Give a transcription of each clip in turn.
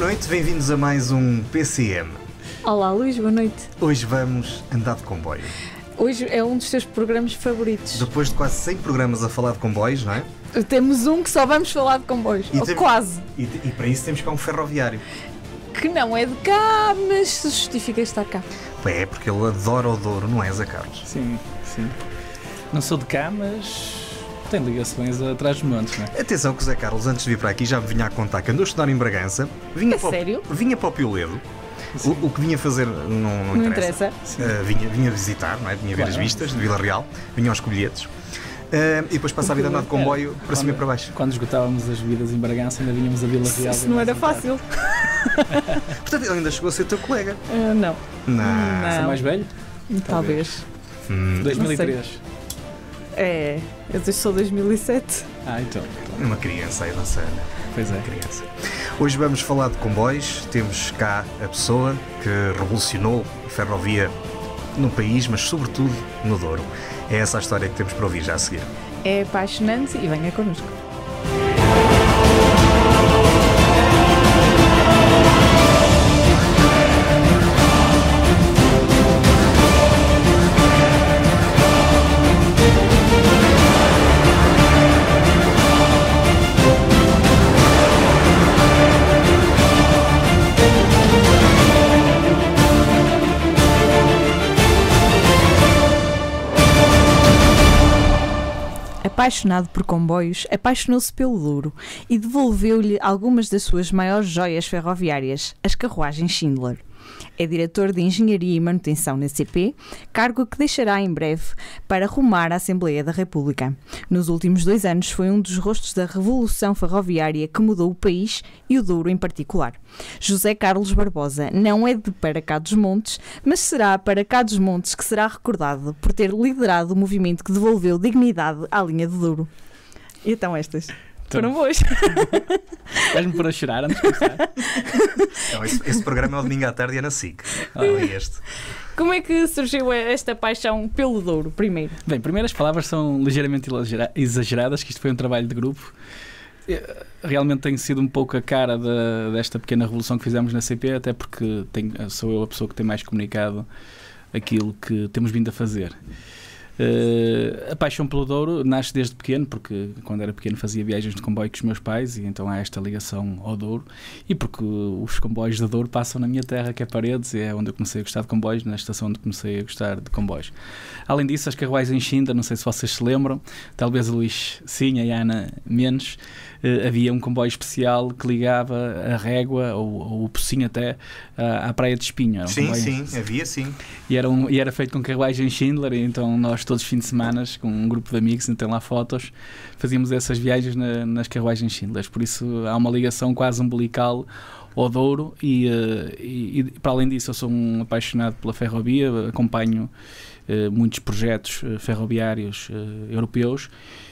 noite, bem-vindos a mais um PCM. Olá Luís, boa noite. Hoje vamos andar de comboio. Hoje é um dos teus programas favoritos. Depois de quase 100 programas a falar de comboios, não é? Temos um que só vamos falar de comboios, quase. E para isso temos cá um ferroviário. Que não é de cá, mas se justifica estar cá. É, porque ele adora o Douro, não é, Zé Carlos? Sim. Não sou de cá, mas tem ligações atrás dos montes, não é? Atenção que o Zé Carlos, antes de vir para aqui, já me vinha a contar que andou a estudar em Bragança. Sério? Vinha para o Pioledo. O que vinha fazer não interessa. Vinha visitar, não é? Vinha ver as vistas de Vila Real, vinha aos Covilhetes. E depois passava a vida a andar de comboio para cima e para baixo. Quando esgotávamos as bebidas em Bragança, ainda vinhamos a Vila Real. Isso não era fácil. Portanto, ele ainda chegou a ser teu colega. Não. Sou mais velho? Talvez. 2003. É, eu sou 2007. Então. Uma criança aí, nossa Ana. Pois é. Criança. Hoje vamos falar de comboios. Temos cá a pessoa que revolucionou a ferrovia no país, mas sobretudo no Douro. É essa a história que temos para ouvir já a seguir. É apaixonante e venha connosco. Apaixonado por comboios, apaixonou-se pelo Douro e devolveu-lhe algumas das suas maiores joias ferroviárias, as carruagens Schindler. É diretor de Engenharia e Manutenção na CP, cargo que deixará em breve para rumar à Assembleia da República. Nos últimos 2 anos foi um dos rostos da revolução ferroviária que mudou o país e o Douro em particular. José Carlos Barbosa não é de para cá dos Montes, mas será para cá dos Montes que será recordado por ter liderado o movimento que devolveu dignidade à linha do Douro. E então estas... Foram boas. Vais-me pôr a chorar antes de começar? Não, esse programa é o domingo à tarde e é na SIC. Este. Como é que surgiu esta paixão pelo Douro, primeiro? Bem, primeiro as palavras são ligeiramente exageradas, que isto foi um trabalho de grupo. Realmente tenho sido um pouco a cara desta pequena revolução que fizemos na CP, até porque sou eu a pessoa que tem mais comunicado aquilo que temos vindo a fazer. A paixão pelo Douro nasce desde pequeno, porque quando era pequeno fazia viagens de comboio com os meus pais e então há esta ligação ao Douro, e porque os comboios de Douro passam na minha terra, que é Paredes, e é onde eu comecei a gostar de comboios, na estação onde comecei a gostar de comboios. Além disso, as carruagens em Schindler, não sei se vocês se lembram, talvez o Luís sim, a Ana menos. Havia um comboio especial que ligava a Régua ou o Pocinho até à Praia de Espinho. Sim, havia sim. E era feito com carruagem Schindler, e então nós todos os fins de semana, com um grupo de amigos, então lá fotos, fazíamos essas viagens nas carruagens Schindler. Por isso há uma ligação quase umbilical ao Douro e para além disso eu sou um apaixonado pela ferrovia, acompanho muitos projetos ferroviários europeus.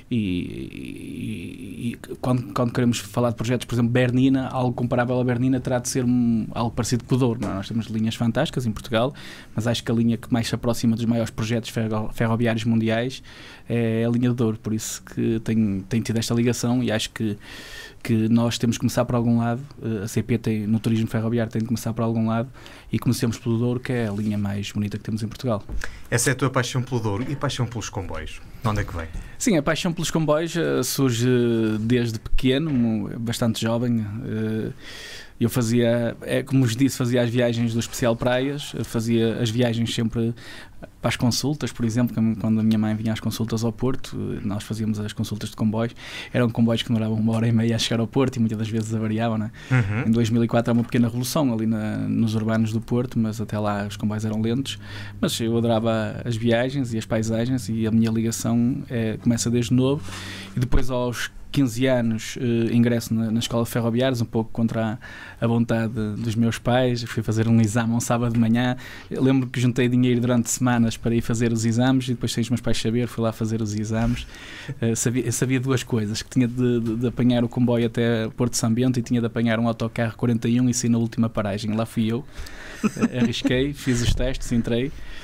E quando queremos falar de projetos, por exemplo, Bernina, algo comparável a Bernina terá de ser algo parecido com o Douro. Nós temos linhas fantásticas em Portugal, mas acho que a linha que mais se aproxima dos maiores projetos ferroviários mundiais é a linha do Douro, por isso que tem tido esta ligação e acho que nós temos que começar por algum lado. A CP no turismo ferroviário tem de começar por algum lado e comecemos pelo Douro, que é a linha mais bonita que temos em Portugal. Essa é a tua paixão pelo Douro e a paixão pelos comboios. De onde é que vem? Sim, a paixão pelos comboios surge desde pequeno, bastante jovem. Eu como vos disse, fazia as viagens do Especial Praias, fazia as viagens sempre para as consultas, por exemplo, quando a minha mãe vinha às consultas ao Porto, nós fazíamos as consultas de comboios. Eram comboios que demoravam 1h30 a chegar ao Porto e muitas das vezes avariavam, não é? Uhum. Em 2004 há uma pequena revolução ali nos urbanos do Porto, mas até lá os comboios eram lentos. Mas eu adorava as viagens e as paisagens e a minha ligação começa desde novo. E depois aos 15 anos ingresso na escola de ferroviários, um pouco contra a vontade dos meus pais. Fui fazer um exame um sábado de manhã. Eu lembro que juntei dinheiro durante semanas para ir fazer os exames e depois, sem os meus pais saber, fui lá fazer os exames. Sabia 2 coisas, que tinha de apanhar o comboio até Porto de São Bento e tinha de apanhar um autocarro 41 e sair na última paragem. Lá fui eu, arrisquei, fiz os testes, entrei.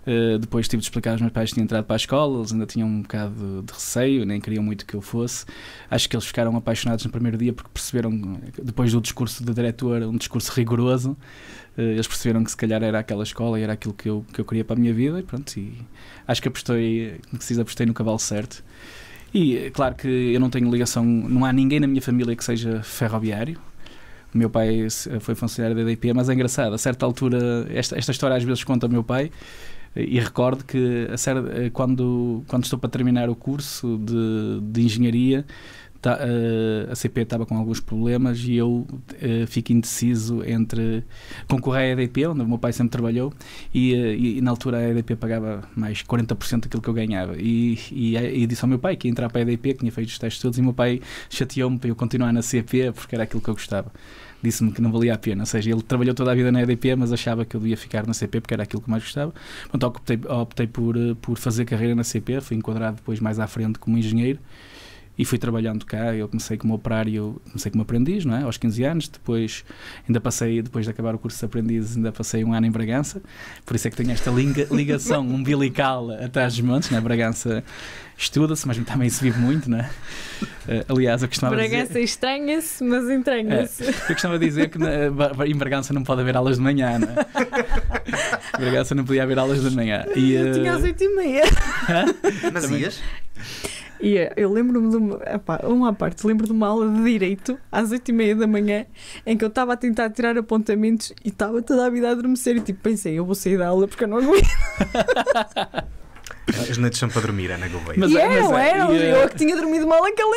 Depois tive de explicar aos meus pais que tinha entrado para a escola, eles ainda tinham um bocado de receio, nem queriam muito que eu fosse. Acho que eles ficaram apaixonados no primeiro dia porque perceberam, depois do discurso do diretor, um discurso rigoroso, eles perceberam que se calhar era aquela escola e era aquilo que eu queria para a minha vida, e pronto, e acho que apostei no cavalo certo. E claro que eu não tenho ligação, não há ninguém na minha família que seja ferroviário. O meu pai foi funcionário da EDP, mas é engraçado, a certa altura, esta história às vezes conta o meu pai, e recordo que quando estou para terminar o curso de engenharia, a CP estava com alguns problemas e eu fico indeciso entre concorrer à EDP, onde o meu pai sempre trabalhou, e na altura a EDP pagava mais 40% daquilo que eu ganhava, e disse ao meu pai que ia entrar para a EDP, que tinha feito os testes todos, e o meu pai chateou-me para eu continuar na CP porque era aquilo que eu gostava. Disse-me que não valia a pena, ou seja, ele trabalhou toda a vida na EDP, mas achava que eu devia ficar na CP porque era aquilo que mais gostava. Então optei por fazer carreira na CP, fui enquadrado depois mais à frente como engenheiro e fui trabalhando cá. Eu comecei como operário, comecei como aprendiz, não é? Aos 15 anos, depois de acabar o curso de aprendiz, ainda passei um ano em Bragança, por isso é que tenho esta ligação umbilical atrás dos montes, não é? Bragança estuda-se, mas também se vive muito, não é? Aliás, eu costumava Bragança dizer... estranha-se, mas entranha-se. Eu costumava dizer que em Bragança não pode haver aulas de manhã, não é? Em Bragança não podia haver aulas de manhã. Eu tinha às 8h30. Mas também... ias? Eu lembro-me uma parte, lembro de uma aula de Direito às 8h30 da manhã em que eu estava a tentar tirar apontamentos e estava toda a vida a adormecer e pensei, eu vou sair da aula porque eu não aguento. As noites são para dormir, Ana Gouveia. Eu é que tinha dormido mal aquela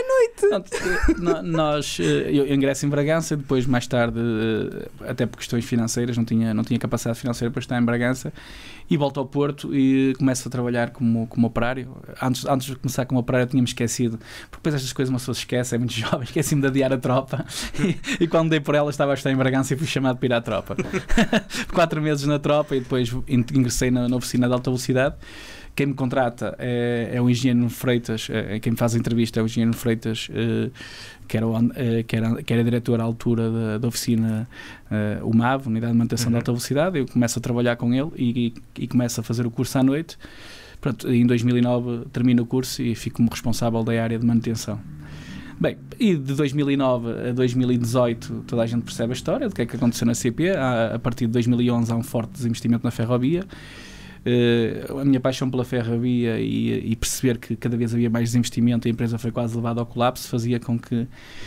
noite. Eu ingresso em Bragança, depois mais tarde, até por questões financeiras, não tinha capacidade financeira para estar em Bragança, e volto ao Porto e começo a trabalhar como operário. Antes de começar como operário eu tinha-me esquecido, porque depois estas coisas uma pessoa se esquece, é muito jovem, esqueci-me de adiar a tropa e quando dei por ela estava a estar em Bragança e fui chamado para ir à tropa. 4 meses na tropa e depois ingressei na oficina de alta velocidade. Quem me contrata é o engenheiro Freitas, quem me faz a entrevista é o engenheiro Freitas, que era diretor à altura da oficina UMAV, Unidade de Manutenção de Alta Velocidade. Eu começo a trabalhar com ele e começo a fazer o curso à noite. Pronto, em 2009 termino o curso e fico como responsável da área de manutenção. Bem, e de 2009 a 2018 toda a gente percebe a história do que é que aconteceu na CP. A partir de 2011 há um forte desinvestimento na ferrovia. A minha paixão pela ferrovia e perceber que cada vez havia mais desinvestimento e a empresa foi quase levada ao colapso fazia com que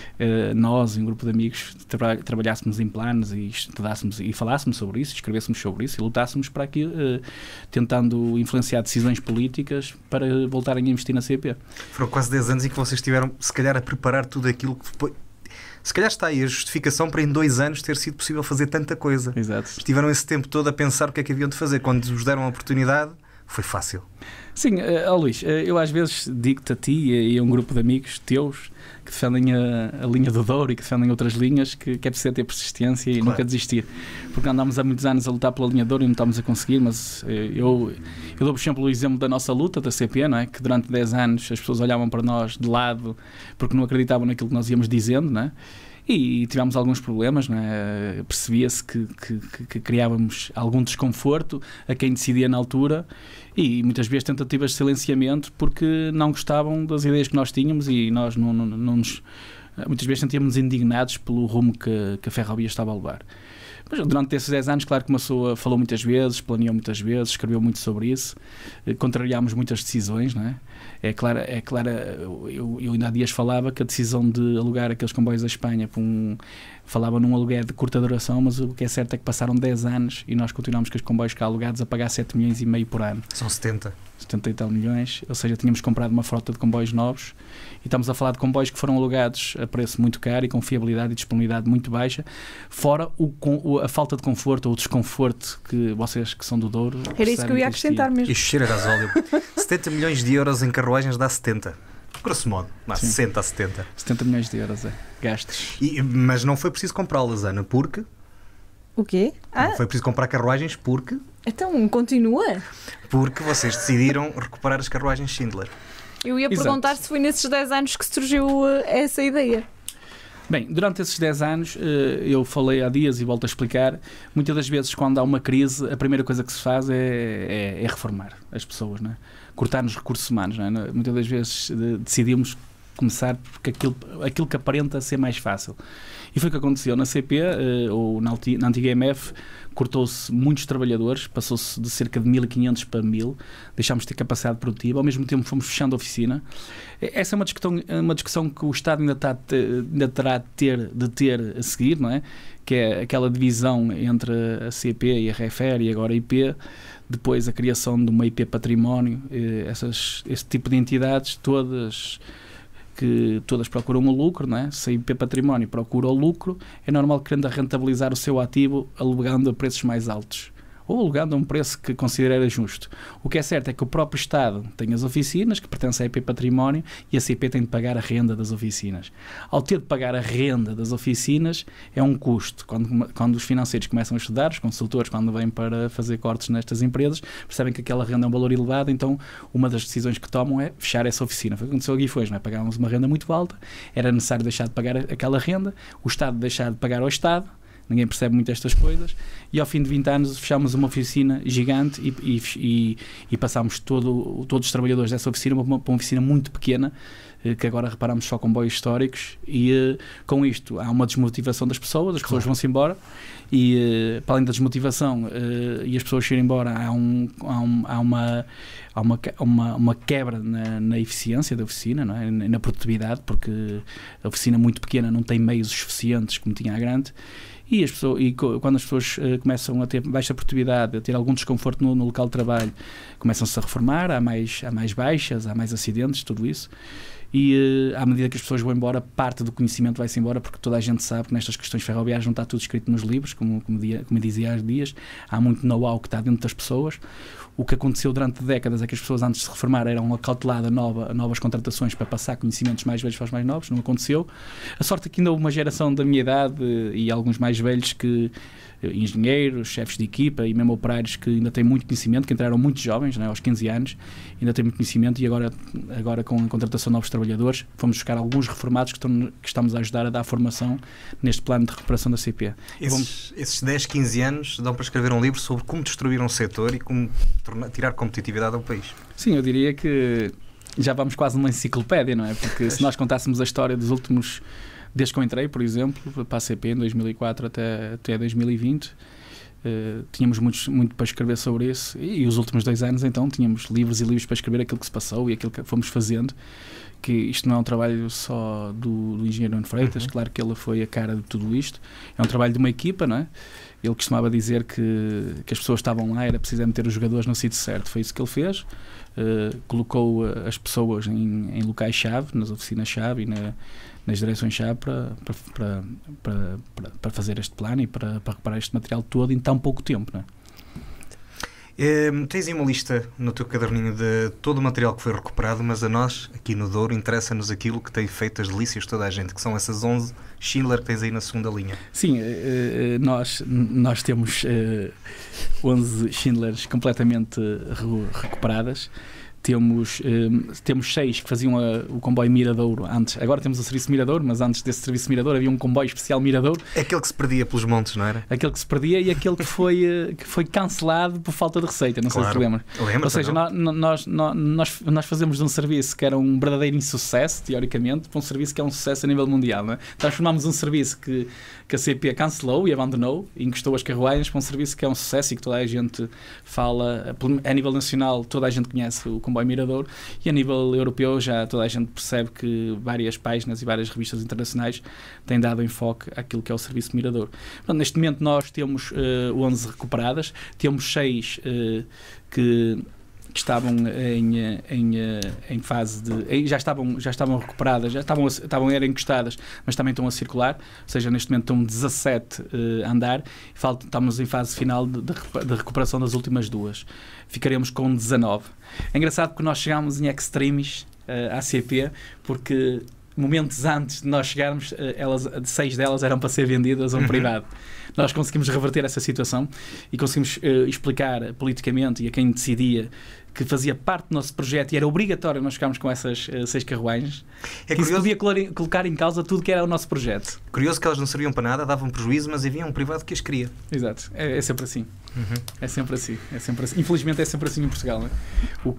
nós, um grupo de amigos, trabalhássemos em planos e estudássemos e falássemos sobre isso, escrevêssemos sobre isso e lutássemos para aqui, tentando influenciar decisões políticas para voltarem a investir na CP. Foram quase 10 anos em que vocês estiveram, se calhar, a preparar tudo aquilo que depois... Se calhar está aí a justificação para em 2 anos ter sido possível fazer tanta coisa. Exato. Estiveram esse tempo todo a pensar o que é que haviam de fazer. Quando vos deram a oportunidade, foi fácil. Sim, Luís, eu às vezes digo-te a ti e a um grupo de amigos teus que defendem a linha do Douro e que defendem outras linhas que é preciso ter persistência e nunca desistir. Porque andámos há muitos anos a lutar pela linha do Douro e não estamos a conseguir, mas eu dou, por exemplo, o exemplo da nossa luta, da CP, não é? Que durante 10 anos as pessoas olhavam para nós de lado porque não acreditavam naquilo que nós íamos dizendo, não é? E tivemos alguns problemas, não é? Percebia-se que criávamos algum desconforto a quem decidia na altura e muitas vezes tentativas de silenciamento porque não gostavam das ideias que nós tínhamos e nós não nos... Muitas vezes sentíamos indignados pelo rumo que a ferrovia estava a levar. Mas durante esses 10 anos, claro que uma pessoa falou muitas vezes, planeou muitas vezes, escreveu muito sobre isso, contrariámos muitas decisões, não é? É claro, eu ainda há dias falava que a decisão de alugar aqueles comboios da Espanha falava num aluguer de curta duração, mas o que é certo é que passaram 10 anos e nós continuamos com os comboios cá alugados a pagar 7,5 milhões por ano. São 70 e tal milhões, ou seja, tínhamos comprado uma frota de comboios novos e estamos a falar de comboios que foram alugados a preço muito caro e com fiabilidade e disponibilidade muito baixa, fora a falta de conforto ou o desconforto que vocês que são do Douro... Era isso que eu ia acrescentar mesmo. E cheira a gasóleo. 70 milhões de euros em carruagens dá 70. Grosso modo, dá 60 a 70. 70 milhões de euros, gastos. Mas não foi preciso comprá-las, Ana, porque... O quê? Não foi preciso comprar carruagens porque... Então, continua. Porque vocês decidiram recuperar as carruagens Schindler. Eu ia perguntar se foi nesses 10 anos que surgiu essa ideia. Bem, durante esses 10 anos, eu falei há dias e volto a explicar, muitas das vezes quando há uma crise, a primeira coisa que se faz é reformar as pessoas, não é? Cortar nos recursos humanos, não é? Muitas das vezes decidimos começar porque aquilo que aparenta ser mais fácil. E foi o que aconteceu na CP, ou na antiga EMF, cortou-se muitos trabalhadores, passou-se de cerca de 1.500 para 1.000, deixámos de ter capacidade produtiva, ao mesmo tempo fomos fechando a oficina. Essa é uma discussão que o Estado ainda terá de ter a seguir, não é? Que é aquela divisão entre a CP e a REFER e agora a IP, depois a criação de uma IP Património, esse tipo de entidades, todas procuram o lucro, não é? Se a IP Património procura o lucro, é normal que querendo rentabilizar o seu ativo alugando a preços mais altos ou alugando a um preço que considera justo. O que é certo é que o próprio Estado tem as oficinas que pertencem à IP Património e a CP tem de pagar a renda das oficinas. Ao ter de pagar a renda das oficinas é um custo. Quando os financeiros começam a estudar, os consultores quando vêm para fazer cortes nestas empresas, percebem que aquela renda é um valor elevado, então uma das decisões que tomam é fechar essa oficina. Foi o que aconteceu aqui hoje, não é? Pagávamos uma renda muito alta, era necessário deixar de pagar aquela renda, o Estado deixar de pagar ao Estado. Ninguém percebe muito estas coisas e ao fim de 20 anos fechámos uma oficina gigante e passámos todos os trabalhadores dessa oficina para uma oficina muito pequena, que agora reparamos só comboios históricos e com isto há uma desmotivação das pessoas, as pessoas vão-se embora e para além da desmotivação e as pessoas irem embora há uma quebra na eficiência da oficina, não é? Na produtividade, porque a oficina muito pequena não tem meios suficientes como tinha a grande. E quando as pessoas começam a ter baixa produtividade, a ter algum desconforto no local de trabalho, começam-se a reformar, há mais baixas, há mais acidentes, tudo isso. E à medida que as pessoas vão embora, parte do conhecimento vai-se embora, porque toda a gente sabe que nestas questões ferroviárias não está tudo escrito nos livros, como dizia há dias, há muito know-how que está dentro das pessoas. O que aconteceu durante décadas é que as pessoas antes de se reformar eram acauteladas a novas contratações para passar conhecimentos mais velhos para os mais novos, não aconteceu. A sorte é que ainda houve uma geração da minha idade e alguns mais velhos engenheiros, chefes de equipa e mesmo operários que ainda têm muito conhecimento, que entraram muito jovens, não é? Aos 15 anos, ainda têm muito conhecimento e agora com a contratação de novos trabalhadores, fomos buscar alguns reformados que estamos a ajudar a dar formação neste plano de recuperação da CP. Esses 10, 15 anos dão para escrever um livro sobre como destruir um setor e como tirar competitividade ao país. Sim, eu diria que já vamos quase numa enciclopédia, não é? Porque se nós contássemos a história dos últimos... Desde que eu entrei, por exemplo, para a CP em 2004 até 2020, tínhamos muito para escrever sobre isso e os últimos 2 anos então tínhamos livros e livros para escrever aquilo que se passou e aquilo que fomos fazendo, que isto não é um trabalho só do engenheiro Nuno Freitas, claro que ele foi a cara de tudo isto, é um trabalho de uma equipa, não é? Ele costumava dizer que as pessoas estavam lá, era preciso meter os jogadores no sítio certo, foi isso que ele fez, colocou as pessoas em locais-chave, nas oficinas-chave e nas direções-chave para fazer este plano e para reparar este material todo em tão pouco tempo, não é? Tens aí uma lista no teu caderninho de todo o material que foi recuperado, mas a nós, aqui no Douro, interessa-nos aquilo que tem feito as delícias de toda a gente, que são essas 11 Schindler que tens aí na segunda linha. Sim, nós temos 11 Schindlers completamente recuperadas. Temos 6 que faziam o comboio Miradouro antes. Agora temos o serviço Miradouro, mas antes desse serviço Miradouro havia um comboio especial Miradouro. Aquele que se perdia pelos montes, não era? Aquele que se perdia e aquele que foi cancelado por falta de receita, não sei se te lembras. Ou seja, nós fazemos de um serviço que era um verdadeiro insucesso, teoricamente, para um serviço que é um sucesso a nível mundial. Não é? Transformámos um serviço que a CP cancelou e abandonou, e encostou as carruagens, para um serviço que é um sucesso e que toda a gente fala, a nível nacional, toda a gente conhece o comboio Miradouro, e a nível europeu já toda a gente percebe que várias páginas e várias revistas internacionais têm dado enfoque àquilo que é o serviço Miradouro. Portanto, neste momento nós temos 11 recuperadas, temos 6 que estavam em fase de... Já estavam recuperadas, eram encostadas, mas também estão a circular, ou seja, neste momento estão 17 a andar, estamos em fase final de recuperação das últimas 2. Ficaremos com 19. É engraçado porque nós chegámos em extremis à CP, porque momentos antes de nós chegarmos, 6 delas eram para ser vendidas a um privado. Nós conseguimos reverter essa situação e conseguimos explicar politicamente e a quem decidia que fazia parte do nosso projeto e era obrigatório nós ficarmos com essas 6 carruagens, que isso podia colocar em causa tudo que era o nosso projeto. Curioso que elas não serviam para nada, davam prejuízo, mas havia um privado que as queria. Exato, é sempre assim. É sempre assim. Infelizmente é sempre assim em Portugal, não é? O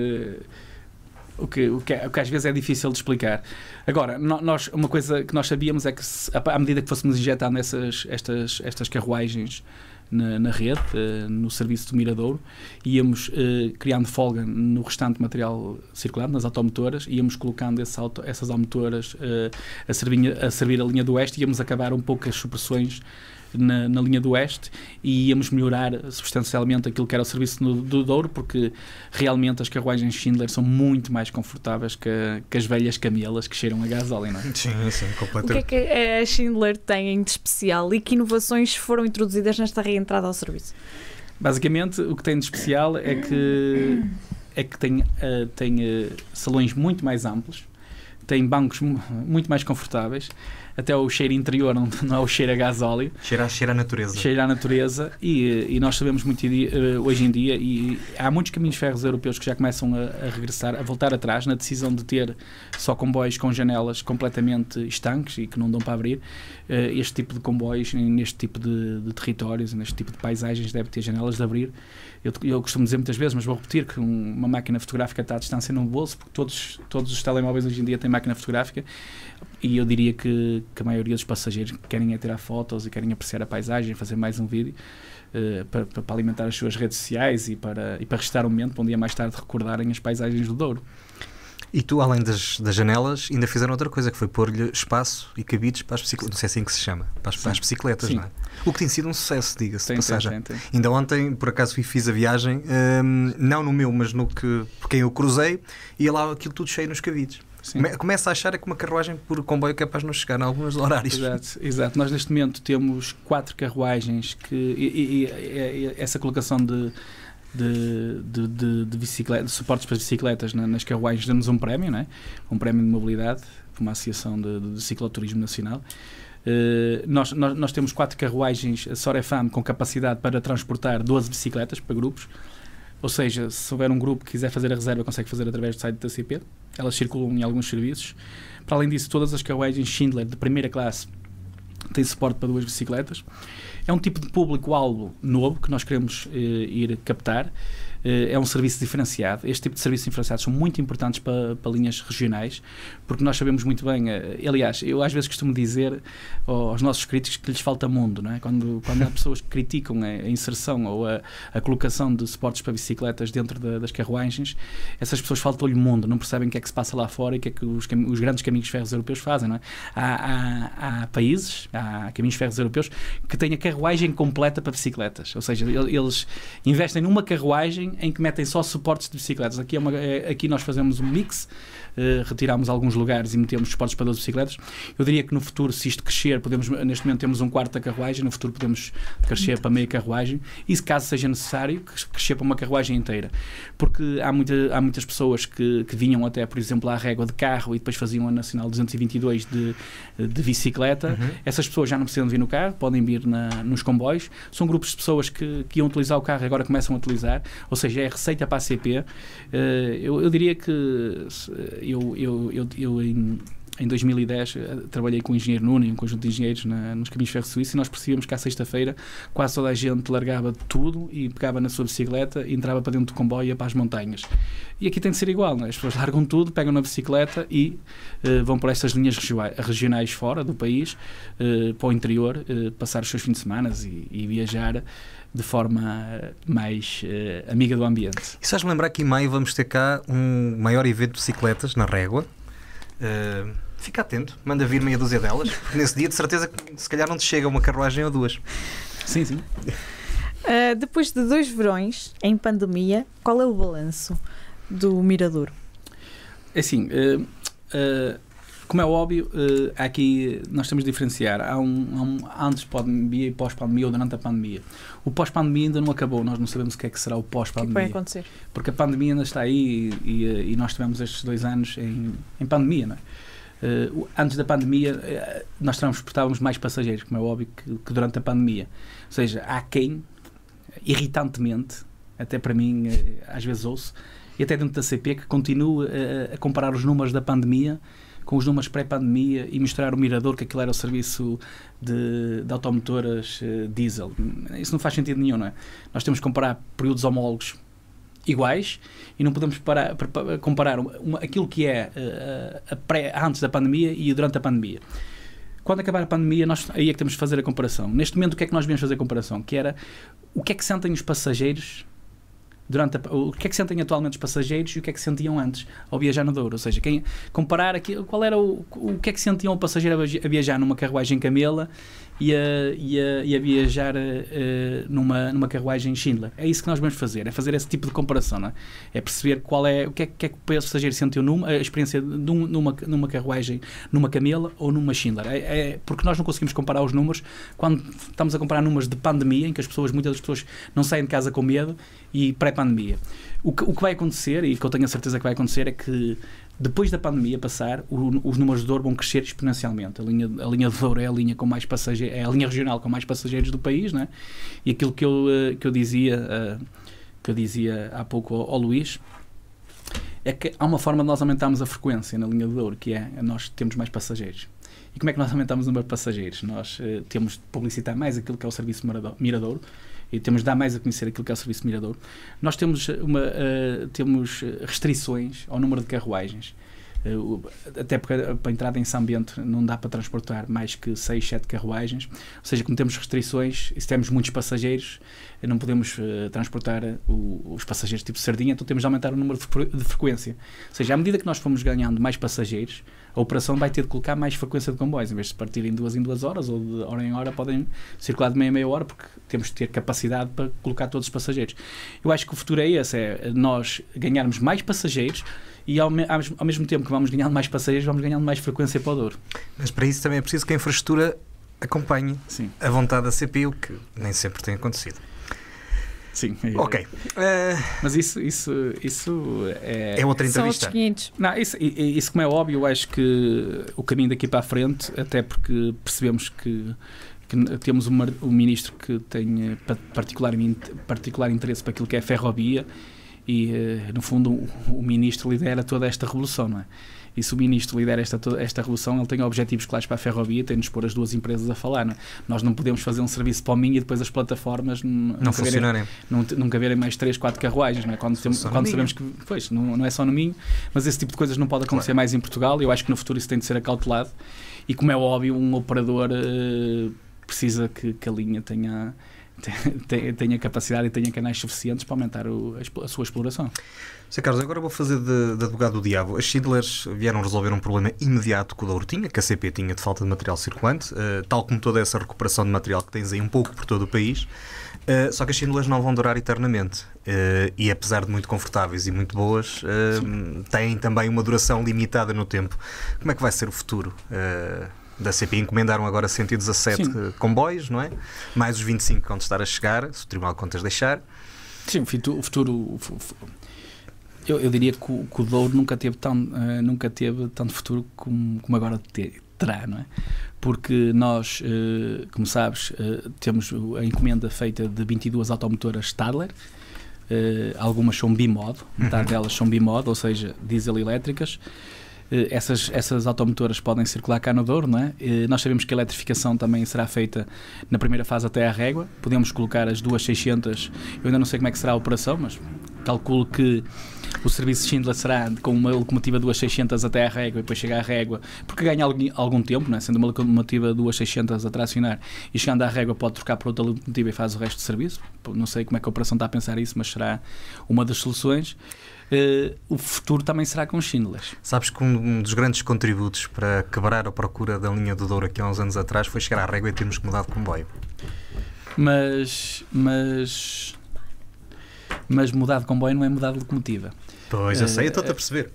que às vezes é difícil de explicar. Agora, uma coisa que nós sabíamos é que à medida que fôssemos injetando estas carruagens na rede, no serviço do Miradouro, íamos criando folga no restante material circulado, nas automotoras, íamos colocando essas automotoras a servir a linha do Oeste, íamos acabar um pouco as supressões na linha do Oeste e íamos melhorar substancialmente aquilo que era o serviço do Douro, porque realmente as carruagens Schindler são muito mais confortáveis que as velhas camelas que cheiram a gasóleo, não é? Sim, completamente. O que é que a Schindler tem de especial e que inovações foram introduzidas nesta reentrada ao serviço? Basicamente, o que tem de especial é que tem salões muito mais amplos, tem bancos muito mais confortáveis, até o cheiro interior não é o cheiro a gasóleo. Cheira a natureza. Cheira à natureza e nós sabemos muito hoje em dia, e há muitos caminhos ferros europeus que já começam a regressar, a voltar atrás na decisão de ter só comboios com janelas completamente estanques e que não dão para abrir. Este tipo de comboios, neste tipo de territórios, neste tipo de paisagens, deve ter janelas de abrir. Eu costumo dizer muitas vezes, mas vou repetir, que uma máquina fotográfica está à distância no bolso, porque todos os telemóveis hoje em dia têm máquina fotográfica, e eu diria que a maioria dos passageiros querem tirar fotos e querem apreciar a paisagem, fazer mais um vídeo para alimentar as suas redes sociais e para restar um momento para um dia mais tarde recordarem as paisagens do Douro. E tu, além das janelas, ainda fizeram outra coisa, que foi pôr-lhe espaço e cabides para as bicicletas. Não sei assim que se chama. Para as bicicletas, não é? O que tem sido um sucesso, diga-se de passagem. Tem. Ainda ontem, por acaso, fiz a viagem, não no meu, mas por quem eu cruzei, e lá aquilo tudo cheio nos cabides. Começa a achar que uma carruagem por comboio é capaz de não chegar em alguns horários. Exato. Nós neste momento temos 4 carruagens e essa colocação de suportes para bicicletas nas carruagens dá-nos um prémio, não é? Um prémio de mobilidade por uma associação de cicloturismo nacional. Nós temos 4 carruagens Sorefam com capacidade para transportar 12 bicicletas para grupos. Ou seja, se houver um grupo que quiser fazer a reserva, consegue fazer através do site da CP. Elas circulam em alguns serviços. Para além disso, todas as carruagens Schindler de primeira classe têm suporte para 2 bicicletas. É um tipo de público-alvo novo que nós queremos ir captar. É um serviço diferenciado. Este tipo de serviços diferenciados são muito importantes para linhas regionais, porque nós sabemos muito bem, aliás, eu às vezes costumo dizer aos nossos críticos que lhes falta mundo, não é? Quando há pessoas que criticam a inserção ou a colocação de suportes para bicicletas dentro das carruagens, essas pessoas faltam-lhe mundo, não percebem o que é que se passa lá fora e o que é que os grandes caminhos ferros europeus fazem, não é? Há países, há caminhos ferros europeus que têm a carruagem completa para bicicletas, ou seja, eles investem numa carruagem em que metem só suportes de bicicletas. Aqui nós fazemos um mix, retiramos alguns lugares e metemos suportes para 12 bicicletas. Eu diria que no futuro, se isto crescer, neste momento temos um quarto da carruagem, no futuro podemos crescer para meia carruagem e, se caso seja necessário, crescer para uma carruagem inteira. Porque há muitas pessoas que vinham até, por exemplo, à Régua de carro e depois faziam a Nacional 222 de bicicleta. Essas pessoas já não precisam de vir no carro, podem vir nos comboios. São grupos de pessoas que iam utilizar o carro e agora começam a utilizar, ou seja, é receita para a CP. Eu diria que eu em 2010 trabalhei com o engenheiro Nuno e um conjunto de engenheiros nos caminhos ferros suíços, e nós percebíamos que à sexta-feira quase toda a gente largava tudo e pegava na sua bicicleta e entrava para dentro do comboio e ia para as montanhas. E aqui tem de ser igual, não é? As pessoas largam tudo, pegam na bicicleta e vão para estas linhas regionais fora do país, para o interior, passar os seus fins de semana e viajar de forma mais amiga do ambiente. E se me lembrar que em maio vamos ter cá um maior evento de bicicletas na Régua. Fica atento, manda vir meia dúzia delas, porque nesse dia de certeza que se calhar não te chega uma carruagem ou 2. Sim. Depois de 2 verões em pandemia, qual é o balanço do Miradouro? É assim, como é óbvio, aqui nós temos de diferenciar. Há antes pandemia e pós-pandemia, ou durante a pandemia. O pós-pandemia ainda não acabou, nós não sabemos o que é que será o pós-pandemia. O que vai acontecer? Porque a pandemia ainda está aí e nós tivemos estes 2 anos em pandemia, não é? Antes da pandemia, nós transportávamos mais passageiros, como é óbvio, que durante a pandemia. Ou seja, há quem, irritantemente, até para mim, às vezes ouço, e até dentro da CP, que continua a comparar os números da pandemia com os números pré-pandemia e misturar o Mirador, que aquilo era o serviço de automotoras diesel. Isso não faz sentido nenhum, não é? Nós temos que comparar períodos homólogos iguais e não podemos comparar aquilo que é antes da pandemia e durante a pandemia. Quando acabar a pandemia, aí é que temos de fazer a comparação. Neste momento, o que é que nós devemos fazer a comparação? Que era o que é que sentem os passageiros o que é que sentem atualmente os passageiros e o que é que sentiam antes ao viajar no Douro, ou seja, comparar qual era o que é que sentiam o passageiro a viajar numa carruagem Camela e a viajar numa carruagem Schindler. É isso que nós vamos fazer, é fazer esse tipo de comparação, não é? É perceber o que é que o passageiro sentiu a experiência numa carruagem, numa Camela ou numa Schindler. Porque nós não conseguimos comparar os números quando estamos a comparar números de pandemia, em que muitas das pessoas não saem de casa com medo, e pré-pandemia. O que vai acontecer, e que eu tenho a certeza que vai acontecer, é que depois da pandemia passar, os números de Douro vão crescer exponencialmente. A linha de Douro é a linha com mais passageiros, é a linha regional com mais passageiros do país, não é? E aquilo que eu dizia há pouco ao Luís é que há uma forma de nós aumentarmos a frequência na linha de Douro, que é nós temos mais passageiros. E como é que nós aumentamos o número de passageiros? Nós temos de publicitar mais aquilo que é o serviço Miradouro, e temos de dar mais a conhecer aquilo que é o serviço Miradouro. Nós temos restrições ao número de carruagens. Até porque para a entrada em São Bento não dá para transportar mais que 6, 7 carruagens. Ou seja, como temos restrições e se temos muitos passageiros, não podemos transportar os passageiros tipo sardinha, então temos de aumentar o número de frequência. Ou seja, à medida que nós formos ganhando mais passageiros, a operação vai ter de colocar mais frequência de comboios. Em vez de partir em 2 em 2 horas ou de hora em hora, podem circular de meia em meia hora, porque temos de ter capacidade para colocar todos os passageiros. Eu acho que o futuro é esse, é nós ganharmos mais passageiros e ao mesmo tempo que vamos ganhando mais passageiros, vamos ganhando mais frequência para o Douro. Mas para isso também é preciso que a infraestrutura acompanhe a vontade da CP, o que nem sempre tem acontecido. Sim. Ok. Mas isso é outra entrevista. São outros 500. Não, isso como é óbvio, eu acho que o caminho daqui para a frente, até porque percebemos que temos um ministro que tem particular interesse para aquilo que é a ferrovia e, no fundo, o ministro lidera toda esta revolução, não é? E se o ministro lidera esta revolução, ele tem objetivos claros para a ferrovia, tem de nos pôr as duas empresas a falar, não é? Nós não podemos fazer um serviço para o Minho e depois as plataformas não funcionarem. Nunca verem mais 3, 4 carruagens, não é? Quando sabemos que, pois, não é só no Minho, mas esse tipo de coisas não pode acontecer mais em Portugal, e eu acho que no futuro isso tem de ser acautelado, e como é óbvio, um operador precisa que a linha tenha capacidade e tenha canais suficientes para aumentar a sua exploração. Sr. Carlos, agora vou fazer de advogado do diabo. As Schindlers vieram resolver um problema imediato que o Douro tinha, que a CP tinha, de falta de material circulante, tal como toda essa recuperação de material que tens aí um pouco por todo o país. Só que as Schindlers não vão durar eternamente, e apesar de muito confortáveis e muito boas, têm também uma duração limitada no tempo. Como é que vai ser o futuro da CP? Encomendaram agora 117 comboios, não é? Mais os 25 que vão estar a chegar, se o Tribunal de Contas deixar. Sim, o futuro... Eu diria que o Douro nunca teve tanto futuro como agora terá, não é? Porque nós, como sabes, temos a encomenda feita de 22 automotoras Stadler, algumas são bimodo, metade delas são bimodo, ou seja, diesel elétricas. Essas automotoras podem circular cá no Douro, não é? Nós sabemos que a eletrificação também será feita na primeira fase até à Régua. Podemos colocar as duas 600, eu ainda não sei como é que será a operação, mas calculo que o serviço Schindler será com uma locomotiva 2600 até à Régua e depois chegar à Régua, porque ganha algum tempo, não é? Sendo uma locomotiva 2600 a tracionar e chegando à Régua pode trocar por outra locomotiva e faz o resto do serviço. Não sei como é que a operação está a pensar isso, mas será uma das soluções. O futuro também será com Schindler. Sabes que um dos grandes contributos para quebrar a procura da linha do Douro aqui há uns anos atrás foi chegar à Régua e termos que mudar de comboio. Mas mudar de comboio não é mudar de locomotiva. Pois, eu sei, eu estou-te a perceber.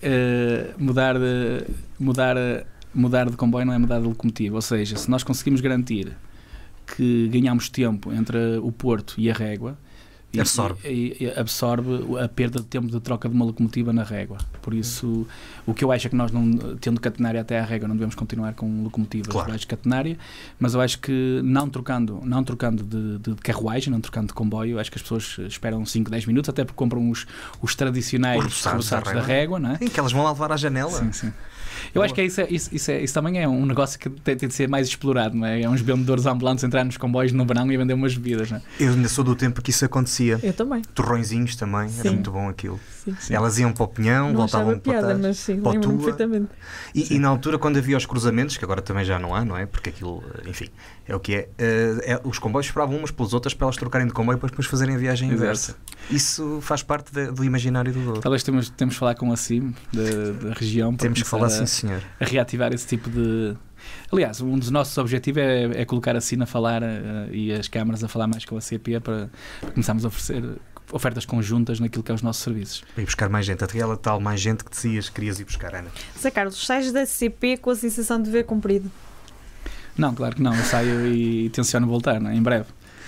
Mudar de comboio não é mudar de locomotiva. Ou seja, se nós conseguimos garantir que ganhamos tempo entre o Porto e a Régua, e absorve a perda de tempo de troca de uma locomotiva na régua. Por isso, o que eu acho é que nós, não, tendo catenária até à régua, não devemos continuar com locomotivas debaixo de catenária, mas eu acho que não trocando de carruagem, não trocando de comboio, acho que as pessoas esperam 5, 10 minutos, até porque compram os tradicionais roçados da régua, não é? Sim, que elas vão lá levar à janela. Sim. Eu acho que isso também é um negócio que tem de ser mais explorado, não é? É uns vendedores ambulantes entrar nos comboios no verão e vender umas bebidas, não é? Eu ainda sou do tempo que isso acontecia. Eu também. Torrõezinhos também, era muito bom aquilo. Sim. Elas iam para o Pinhão, não voltavam para trás, mas sim, para o lembro-me Tua. perfeitamente. E na altura, quando havia os cruzamentos, que agora também já não há, não é? Porque aquilo, enfim, é o que é. Os comboios esperavam umas pelas outras para elas trocarem de comboio para depois fazerem a viagem inversa. Isso faz parte do imaginário do Douro. Talvez temos de falar com a CIM da região para temos que falar, sim, senhor. A reativar esse tipo de... Aliás, um dos nossos objetivos é colocar a CIM a falar e as câmaras a falar mais com a CP para começarmos a oferecer ofertas conjuntas naquilo que é os nossos serviços. E buscar mais gente, até ela tal mais gente que dizias que querias ir buscar, Ana. Zé Carlos, sais da CP com a sensação de dever cumprido? Não, claro que não, eu saio e tenciono voltar, não é? Em breve.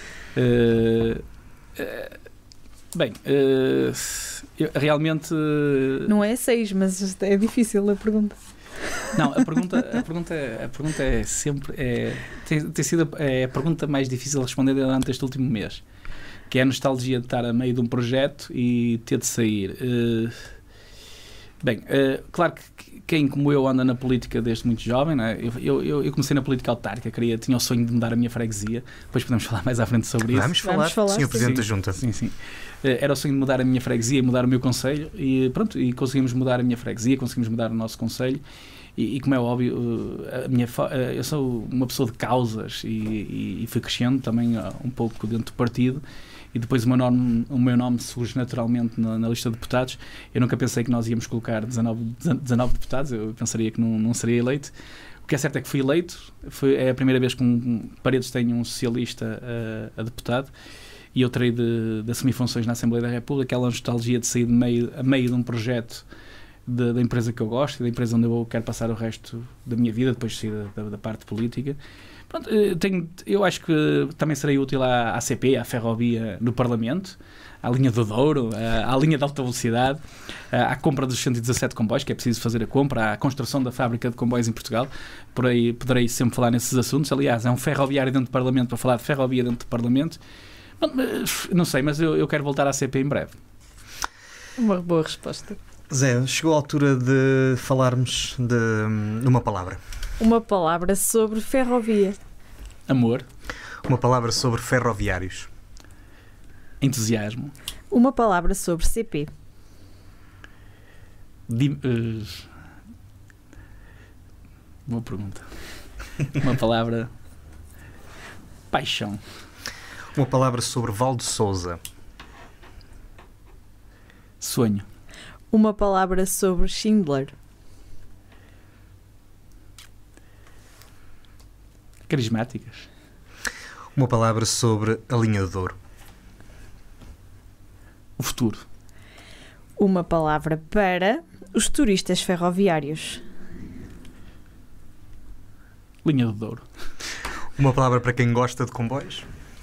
Eu realmente... Não é 6, mas é difícil a pergunta. Não, a pergunta é sempre... tem sido a pergunta mais difícil de responder durante este último mês, que é a nostalgia de estar a meio de um projeto e ter de sair. Claro que quem como eu anda na política desde muito jovem, não é? Eu comecei na política autárquica, tinha o sonho de mudar a minha freguesia, depois podemos falar mais à frente sobre isso. Vamos falar, Sr. Presidente da Junta. Sim. Era o sonho de mudar a minha freguesia e mudar o meu concelho e pronto, e conseguimos mudar a minha freguesia, conseguimos mudar o nosso concelho e como é óbvio, eu sou uma pessoa de causas e fui crescendo também um pouco dentro do partido. E depois o meu nome surge naturalmente na lista de deputados. Eu nunca pensei que nós íamos colocar 19 deputados, eu pensaria que não seria eleito. O que é certo é que fui eleito, é a primeira vez que Paredes tem um socialista a deputado, e eu terei de assumir funções na Assembleia da República, aquela nostalgia de sair a meio de um projeto da empresa que eu gosto, da empresa onde eu quero passar o resto da minha vida, depois de sair da parte política. Pronto, eu acho que também serei útil à ACP, à ferrovia no Parlamento, à linha do Douro, à linha de alta velocidade, à compra dos 117 comboios, que é preciso fazer a compra, à construção da fábrica de comboios em Portugal. Por aí poderei sempre falar nesses assuntos. Aliás, é um ferroviário dentro do Parlamento para falar de ferrovia dentro do Parlamento. Não sei, mas eu quero voltar à ACP em breve. Uma boa resposta. Zé, chegou a altura de falarmos de uma palavra. Uma palavra sobre ferrovia. Amor. Uma palavra sobre ferroviários. Entusiasmo. Uma palavra sobre CP. Boa pergunta. Uma palavra... Paixão. Uma palavra sobre Valdo Sousa. Sonho. Uma palavra sobre Schindler. Carismáticas. Uma palavra sobre a linha do Douro. O futuro. Uma palavra para os turistas ferroviários. Linha do Douro. Uma palavra para quem gosta de comboios.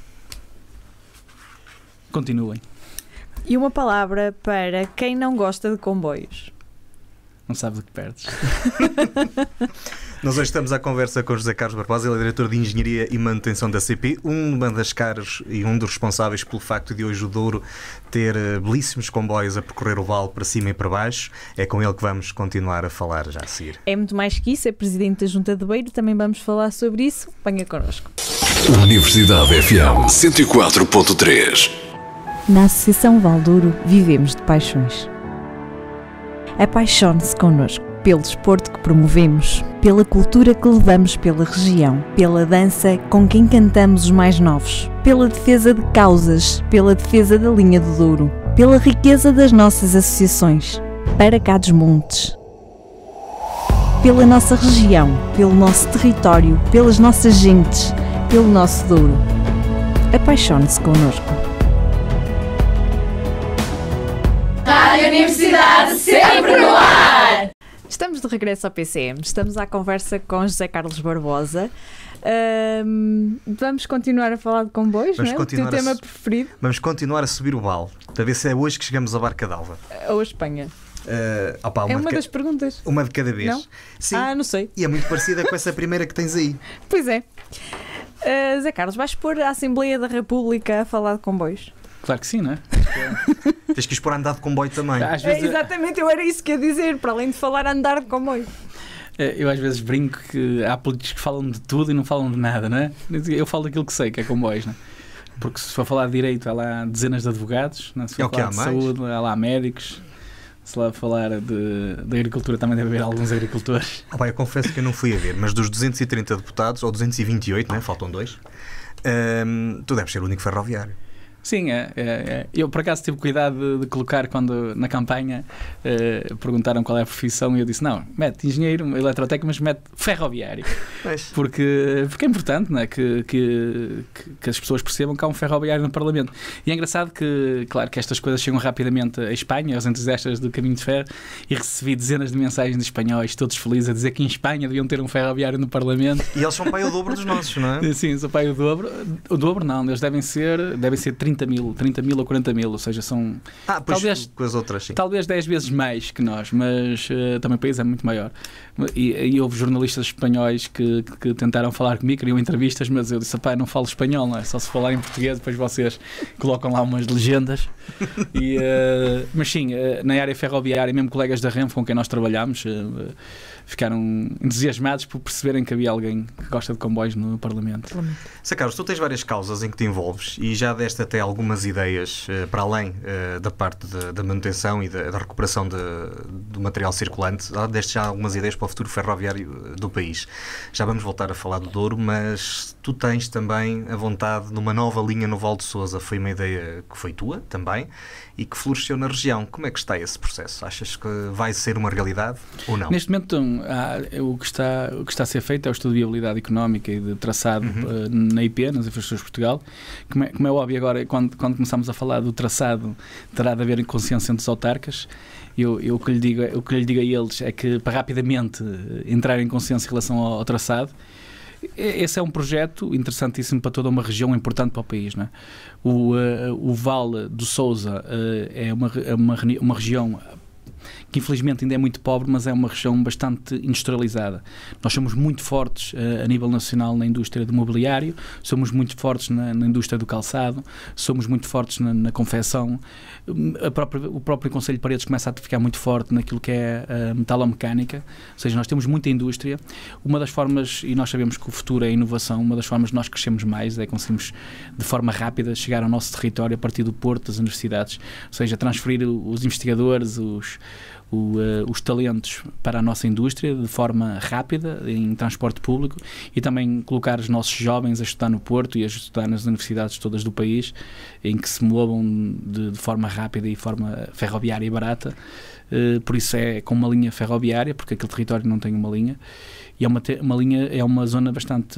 Continuem. E uma palavra para quem não gosta de comboios. Não sabes o que perdes. Nós hoje estamos à conversa com José Carlos Barbosa, ele é diretor de Engenharia e Manutenção da CP, uma das caras e um dos responsáveis pelo facto de hoje o Douro ter belíssimos comboios a percorrer o vale para cima e para baixo. É com ele que vamos continuar a falar já a seguir. É muito mais que isso, é presidente da Junta de Beiro, também vamos falar sobre isso. Venha connosco. Universidade FM 104.3. Na Associação Valdouro vivemos de paixões. Apaixone-se connosco pelo desporto que promovemos, pela cultura que levamos pela região, pela dança com quem cantamos os mais novos, pela defesa de causas, pela defesa da linha do Douro, pela riqueza das nossas associações, para cá dos montes, pela nossa região, pelo nosso território, pelas nossas gentes, pelo nosso Douro. Apaixone-se connosco. Rádio Universidade sempre no ar! Estamos de regresso ao PCM, estamos à conversa com José Carlos Barbosa, Vamos continuar a falar de comboios, não é? O teu tema preferido. Vamos continuar a subir o vale, para ver se é hoje que chegamos a Barca d'Alva. Ou a Espanha. É uma das perguntas. Uma de cada vez. Não? Sim. Não sei. E é muito parecida com essa primeira que tens aí. Pois é. Zé Carlos, vais pôr a Assembleia da República a falar de comboios? Claro que sim, não é? Tens que expor a andar de comboio também. Exatamente, eu era isso que ia dizer, para além de falar andar de comboio. Eu às vezes brinco que há políticos que falam de tudo e não falam de nada, não é? Eu falo daquilo que sei, que é comboios, não é? Porque se for falar de direito, há lá dezenas de advogados, não é? Se for falar de saúde, há lá médicos. Se lá falar de agricultura, também deve haver alguns agricultores. Eu confesso que eu não fui a ver, mas dos 230 deputados, ou 228, né? Faltam 2, tu deves ser o único ferroviário. Sim, eu por acaso tive cuidado de colocar quando na campanha perguntaram qual é a profissão e eu disse, não, mete engenheiro eletrotécnico, mas mete ferroviário. Porque é importante, não é? que as pessoas percebam que há um ferroviário no Parlamento. E é engraçado que, claro, que estas coisas chegam rapidamente à Espanha, aos entusiastas do caminho de ferro, e recebi dezenas de mensagens de espanhóis, todos felizes, a dizer que em Espanha deviam ter um ferroviário no Parlamento. E eles são pai o dobro dos nossos, não é? Sim, são pai o dobro. O dobro não, eles devem ser 30 mil ou 40 mil, ou seja, são talvez, com as outras, sim. Talvez 10 vezes mais que nós, mas também o país é muito maior. E houve jornalistas espanhóis que tentaram falar comigo, queriam entrevistas, mas eu disse, não falo espanhol, não é? Só se falar em português, depois vocês colocam lá umas legendas. Mas sim, na área ferroviária, mesmo colegas da Renfe com quem nós trabalhámos, ficaram entusiasmados por perceberem que havia alguém que gosta de comboios no Parlamento. Zé Carlos, tu tens várias causas em que te envolves e já deste até algumas ideias para além da parte da manutenção e da recuperação do material circulante. Deste já algumas ideias para o futuro ferroviário do país. Já vamos voltar a falar do Douro, mas tu tens também a vontade de uma nova linha no Val de Sousa. Foi uma ideia que foi tua também e que floresceu na região. Como é que está esse processo? Achas que vai ser uma realidade ou não? Neste momento, o que está a ser feito é o estudo de viabilidade económica e de traçado na IP, nas Infraestruturas de Portugal. Como é óbvio agora, quando começamos a falar do traçado, terá de haver consciência entre os autarcas. O que lhe digo a eles é que, para rapidamente entrar em consciência em relação ao traçado, esse é um projeto interessantíssimo para toda uma região, importante para o país, não é? O Vale do Sousa é uma região que infelizmente ainda é muito pobre, mas é uma região bastante industrializada. Nós somos muito fortes a nível nacional na indústria do mobiliário, somos muito fortes na indústria do calçado, somos muito fortes na confecção. O próprio Concelho de Paredes começa a ficar muito forte naquilo que é a metalomecânica, ou seja, nós temos muita indústria. Uma das formas, e nós sabemos que o futuro é a inovação, uma das formas de nós crescermos mais é conseguirmos de forma rápida chegar ao nosso território a partir do porto, das universidades, ou seja, transferir os investigadores, os talentos para a nossa indústria de forma rápida, em transporte público, e também colocar os nossos jovens a estudar no Porto e a estudar nas universidades todas do país, em que se movam de forma rápida e forma ferroviária e barata. Por isso é com uma linha ferroviária, porque aquele território não tem uma linha, e é uma zona bastante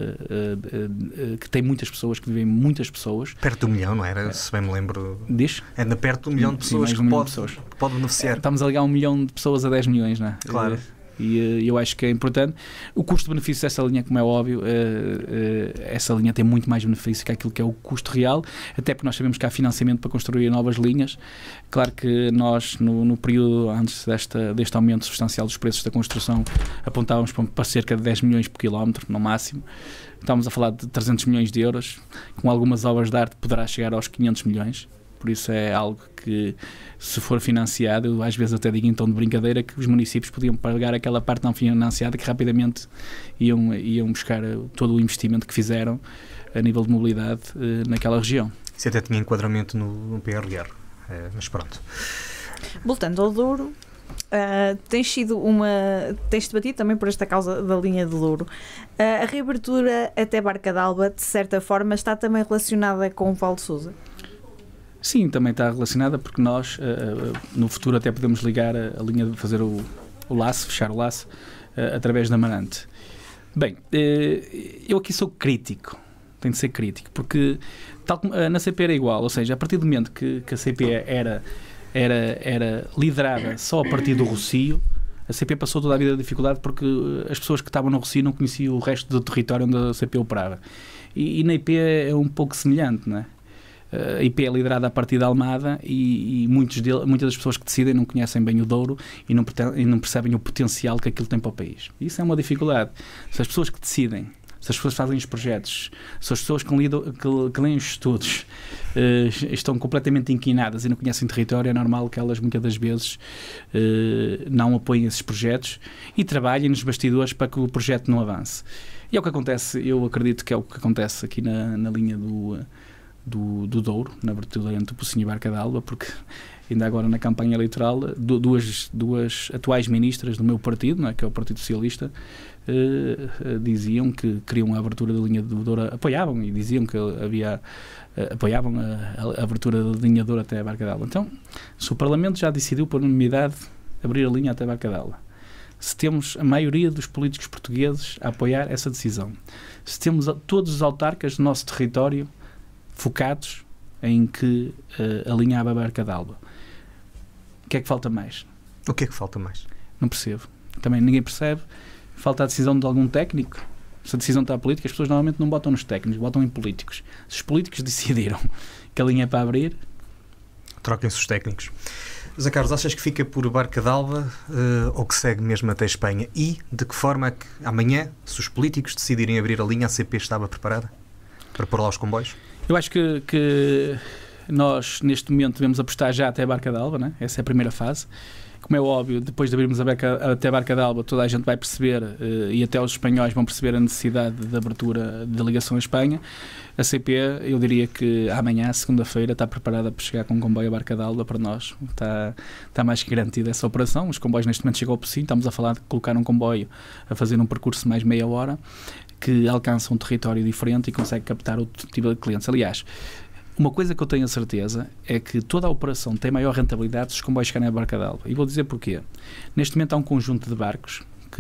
que tem muitas pessoas, que vivem muitas pessoas. Perto do milhão, não era? Se bem me lembro. Diz? É perto do milhão de pessoas que pode beneficiar. Estamos a ligar 1 milhão de pessoas a 10 milhões, não é? Claro. E eu acho que é importante. O custo-benefício dessa linha, como é óbvio, essa linha tem muito mais benefício que aquilo que é o custo real, até porque nós sabemos que há financiamento para construir novas linhas. Claro que nós, no período antes deste aumento substancial dos preços da construção, apontávamos para cerca de 10 milhões por quilómetro, no máximo. Estamos a falar de 300 milhões de euros. Com algumas obras de arte poderá chegar aos 500 milhões. Por isso é algo que, se for financiado, eu às vezes até digo em tom de brincadeira que os municípios podiam pagar aquela parte não financiada, que rapidamente iam buscar todo o investimento que fizeram a nível de mobilidade naquela região. Isso até tinha enquadramento no PRR, mas pronto. Voltando ao Douro, tens debatido também por esta causa da linha de Douro. A reabertura até Barca d'Alva, de certa forma, está também relacionada com o Val de Sousa? Sim, também está relacionada, porque nós no futuro até podemos ligar a linha de fazer o laço, fechar o laço através da Amarante. Bem, eu aqui sou crítico, tenho de ser crítico, porque tal como na CP era igual, ou seja, a partir do momento que a CP era liderada só a partir do Rossio, A CP passou toda a vida de dificuldade porque as pessoas que estavam no Rossio não conheciam o resto do território onde a CP operava. E na IP é um pouco semelhante, não é? A IP é liderada a partir da Almada e muitas das pessoas que decidem não conhecem bem o Douro e não percebem o potencial que aquilo tem para o país. Isso é uma dificuldade. Se as pessoas que decidem, se as pessoas que fazem os projetos, se as pessoas que leem os estudos estão completamente inquinadas e não conhecem território, é normal que elas muitas das vezes não apoiem esses projetos e trabalhem nos bastidores para que o projeto não avance. E é o que acontece, eu acredito que é o que acontece aqui na linha do Douro, na abertura entre o Pocinho e Barca d'Alba, porque ainda agora na campanha eleitoral duas atuais ministras do meu partido, não é, que é o Partido Socialista, diziam que queriam a abertura da linha do Douro, apoiavam e diziam que apoiavam a abertura da linha do Douro até a Barca d'Alba. Então, se o Parlamento já decidiu por unanimidade abrir a linha até a Barca d'Alba, se temos a maioria dos políticos portugueses a apoiar essa decisão, se temos todos os autarcas do nosso território focados em que alinhava a Barca d'Alba, o que é que falta mais? O que é que falta mais? Não percebo. Também ninguém percebe. Falta a decisão de algum técnico. Se a decisão está política, as pessoas normalmente não botam nos técnicos, botam em políticos. Se os políticos decidiram que a linha é para abrir, troquem-se os técnicos. Zé Carlos, achas que fica por Barca d'Alba ou que segue mesmo até Espanha? E de que forma é que amanhã, se os políticos decidirem abrir a linha, a CP estava preparada para pôr lá os comboios? Eu acho que nós, neste momento, devemos apostar já até a Barca d'Alba, né? Essa é a primeira fase. Como é óbvio, depois de abrirmos até a Barca d'Alba, toda a gente vai perceber, e até os espanhóis vão perceber a necessidade de abertura da ligação à Espanha. A CP, eu diria que amanhã, segunda-feira, está preparada para chegar com um comboio a Barca d'Alba para nós. Está mais que garantida essa operação. Os comboios neste momento chegam ao Pocinho, estamos a falar de colocar um comboio a fazer um percurso de mais meia hora, que alcança um território diferente e consegue captar outro tipo de clientes. Aliás, uma coisa que eu tenho a certeza é que toda a operação tem maior rentabilidade se os comboios chegarem a Barca d'Alba. E vou dizer porquê. Neste momento há um conjunto de barcos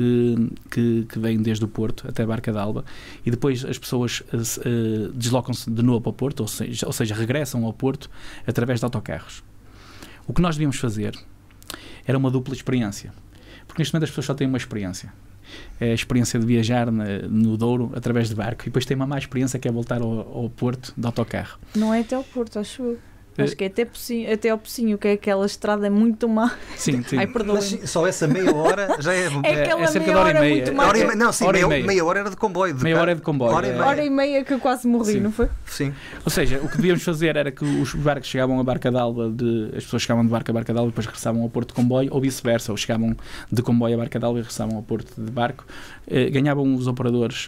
que vêm desde o Porto até Barca d'Alba e depois as pessoas deslocam-se de novo ao Porto, ou seja, regressam ao Porto através de autocarros. O que nós devíamos fazer era uma dupla experiência. Porque neste momento as pessoas só têm uma experiência. É a experiência de viajar no Douro através de barco e depois tem uma má experiência que é voltar ao Porto de autocarro. Não é até ao Porto, acho eu. Acho que é até ao Pocinho, que é aquela estrada muito má. Sim, sim. Ai, perdão. Mas só essa meia hora já é... aquela cerca meia de hora e meia. muito má. Não, sim, meia hora era de comboio. Meia hora é de comboio. Hora e meia que eu quase morri, sim. Não foi? Sim. Ou seja, o que devíamos fazer era que os barcos chegavam a Barca d'Alba, as pessoas chegavam de barco a Barca d'Alba e depois regressavam ao Porto de comboio, ou vice-versa, ou chegavam de comboio a Barca d'Alba e regressavam ao Porto de barco. Ganhavam os operadores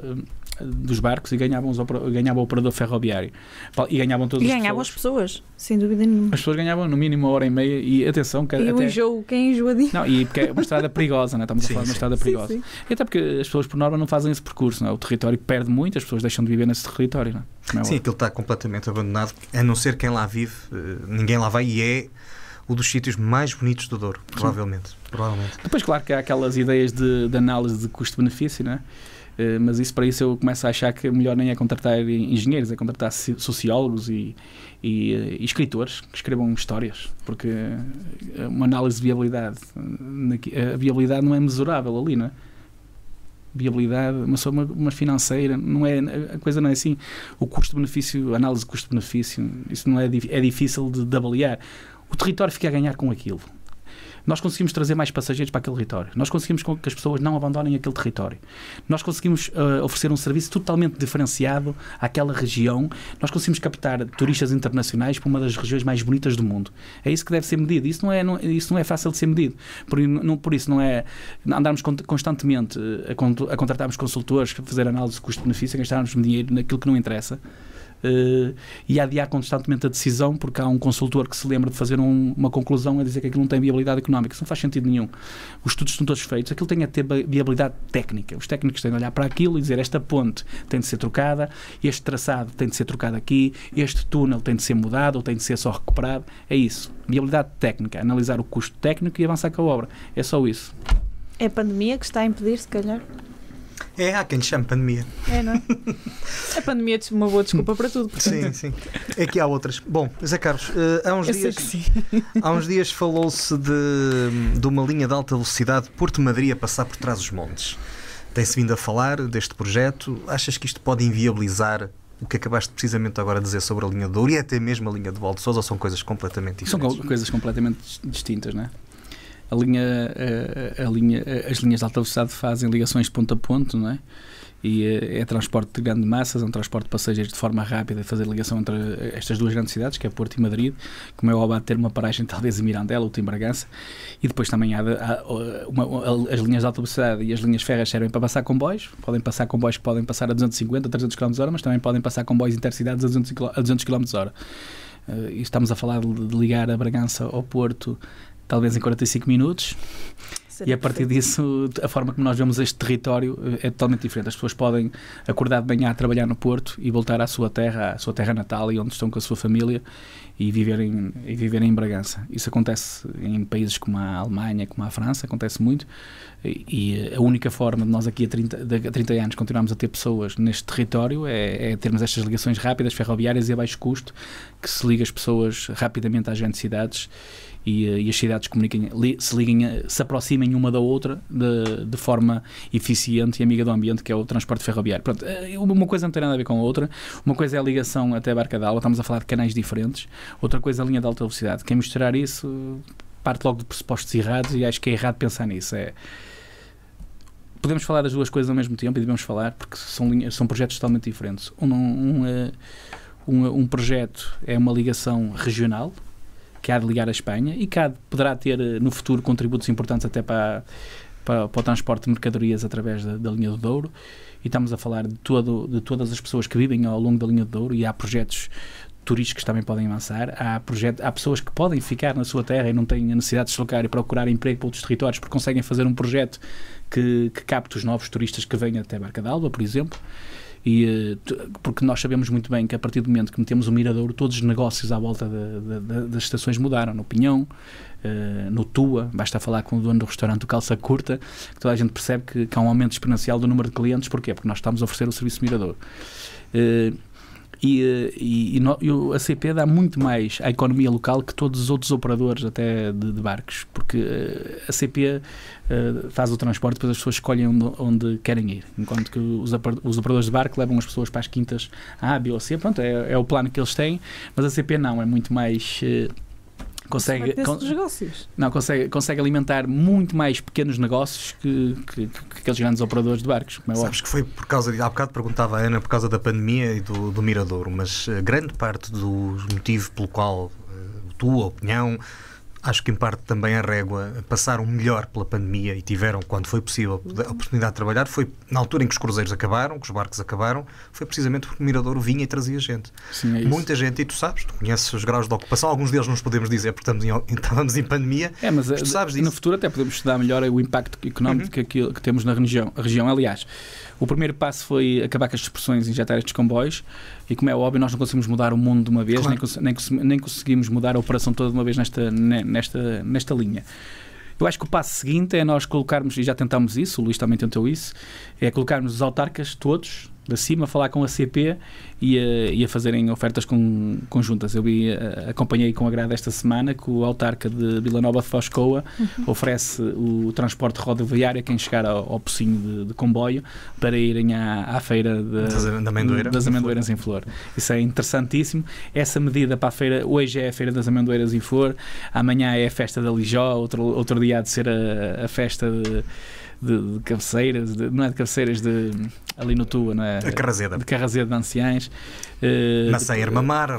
dos barcos e ganhava o operador ferroviário. E ganhavam todas as pessoas. E ganhavam as pessoas, sem dúvida nenhuma. As pessoas ganhavam no mínimo uma hora e meia e atenção... Que e até... o enjoo, quem enjoadinho? Não, e porque é uma estrada perigosa, não é? Estamos a falar de uma estrada perigosa. Sim. E até porque as pessoas por norma não fazem esse percurso, não é? O território perde muito, as pessoas deixam de viver nesse território, não é? Sim, aquilo está completamente abandonado, a não ser quem lá vive, ninguém lá vai e é um dos sítios mais bonitos do Douro, provavelmente. Depois, claro que há aquelas ideias de análise de custo-benefício, não é? Mas para isso eu começo a achar que melhor nem é contratar engenheiros, é contratar sociólogos e escritores que escrevam histórias, porque uma análise de viabilidade, a viabilidade não é mesurável ali, não é? Viabilidade, uma financeira, não é, a coisa não é assim. O custo-benefício, a análise de custo-benefício, isso não é difícil de avaliar. O território fica a ganhar com aquilo. Nós conseguimos trazer mais passageiros para aquele território. Nós conseguimos que as pessoas não abandonem aquele território. Nós conseguimos oferecer um serviço totalmente diferenciado àquela região. Nós conseguimos captar turistas internacionais para uma das regiões mais bonitas do mundo. É isso que deve ser medido. Isso não é fácil de ser medido. Por isso não é andarmos constantemente a contratarmos consultores para fazer análise de custo-benefício, a gastarmos dinheiro naquilo que não interessa. E adiar constantemente a decisão porque há um consultor que se lembra de fazer uma conclusão a dizer que aquilo não tem viabilidade económica. Isso não faz sentido nenhum. Os estudos estão todos feitos, aquilo tem a ter viabilidade técnica. Os técnicos têm de olhar para aquilo e dizer esta ponte tem de ser trocada, este traçado tem de ser trocado aqui, este túnel tem de ser mudado ou tem de ser só recuperado. É isso. Viabilidade técnica. Analisar o custo técnico e avançar com a obra. É só isso. É a pandemia que está a impedir, se calhar? Há quem lhe chame pandemia. É, não é? A pandemia é uma boa desculpa para tudo. Sim, sim. É que há outras. Bom, Zé Carlos, há uns dias falou-se de uma linha de alta velocidade Porto-Madrid a passar por trás dos montes. Tem-se vindo a falar deste projeto. Achas que isto pode inviabilizar o que acabaste precisamente agora de dizer sobre a linha de Douro e até mesmo a linha de Val de Sousa, ou são coisas completamente diferentes? São coisas completamente distintas, não é? As linhas de alta velocidade fazem ligações de ponto a ponto, não é? E é transporte de grandes massas, é um transporte de passageiros de forma rápida, fazer ligação entre estas duas grandes cidades, que é Porto e Madrid, como é óbvio ter uma paragem talvez em Mirandela ou em Bragança, e depois também as linhas de alta velocidade e as linhas férreas servem para passar comboios, podem passar comboios que podem passar a 250, 300 km/h, mas também podem passar comboios intercidades a 200 km/h. E estamos a falar de ligar a Bragança ao Porto talvez em 45 minutos. E a partir disso, a forma como nós vemos este território é totalmente diferente. As pessoas podem acordar de manhã a trabalhar no Porto e voltar à sua terra natal e onde estão com a sua família e viverem em Bragança. Isso acontece em países como a Alemanha, como a França, acontece muito. E a única forma de nós aqui a 30 anos continuarmos a ter pessoas neste território é termos estas ligações rápidas, ferroviárias e a baixo custo, que se liga as pessoas rapidamente às grandes cidades e as cidades comuniquem, se aproximem uma da outra de forma eficiente e amiga do ambiente, que é o transporte ferroviário. Pronto, uma coisa não tem nada a ver com a outra. Uma coisa é a ligação até Barca d'Alva, estamos a falar de canais diferentes. Outra coisa é a linha de alta velocidade. Quem misturar isso parte logo de pressupostos errados e acho que é errado pensar nisso. Podemos falar das duas coisas ao mesmo tempo e devemos falar porque são projetos totalmente diferentes. Um projeto é uma ligação regional que há de ligar a Espanha e que poderá ter no futuro contributos importantes até para o transporte de mercadorias através da linha do Douro, e estamos a falar de todas as pessoas que vivem ao longo da linha do Douro, e há projetos turísticos que também podem avançar, há pessoas que podem ficar na sua terra e não têm a necessidade de se deslocar e procurar emprego para outros territórios porque conseguem fazer um projeto que capte os novos turistas que vêm até Barca d'Alva, por exemplo. Porque nós sabemos muito bem que a partir do momento que metemos o Miradouro, todos os negócios à volta das estações mudaram. No Pinhão, no Tua, basta falar com o dono do restaurante do Calça Curta, que toda a gente percebe que há um aumento exponencial do número de clientes. Porquê? Porque nós estamos a oferecer o serviço Miradouro. A CP dá muito mais à economia local que todos os outros operadores até de barcos, porque a CP faz o transporte, depois as pessoas escolhem onde querem ir, enquanto que os operadores de barco levam as pessoas para as quintas A, B ou C. Pronto, é o plano que eles têm, mas a CP não, é muito mais... Consegue alimentar muito mais pequenos negócios que aqueles grandes operadores de barcos. Sabes que foi por causa há bocado perguntava a Ana por causa da pandemia e do Miradouro, mas grande parte do motivo pelo qual o Tua, o Pinhão, acho que em parte também a Régua passaram melhor pela pandemia e tiveram, quando foi possível, a oportunidade de trabalhar, foi na altura em que os cruzeiros acabaram, que os barcos acabaram, foi precisamente porque o Miradouro vinha e trazia gente. Sim, é muita gente, e tu sabes, tu conheces os graus de ocupação, alguns deles não os podemos dizer porque estávamos em pandemia, mas tu sabes disso. No futuro até podemos estudar melhor o impacto económico que temos na região. Aliás, o primeiro passo foi acabar com as dispersões e injetar estes comboios, e como é óbvio, nós não conseguimos mudar o mundo de uma vez, claro. nem conseguimos mudar a operação toda de uma vez nesta linha. Eu acho que o passo seguinte é nós colocarmos, e já tentámos isso, o Luís também tentou isso, é colocarmos os autarcas todos de cima, falar com a CP e a fazerem ofertas conjuntas. Eu acompanhei com agrado esta semana que o autarca de Vila Nova de Foscoa oferece o transporte rodoviário a quem chegar ao Pocinho de comboio para irem à feira das amendoeiras em Flor. Isso é interessantíssimo. Essa medida para a feira, hoje é a feira das amendoeiras em Flor, amanhã é a festa da Lijó, outro dia há de ser a festa de cabeceiras, não é de cabeceiras, ali no Tua, não é? A Carrazeda. De Carrazeda de Anciães. Maçã, Armamar,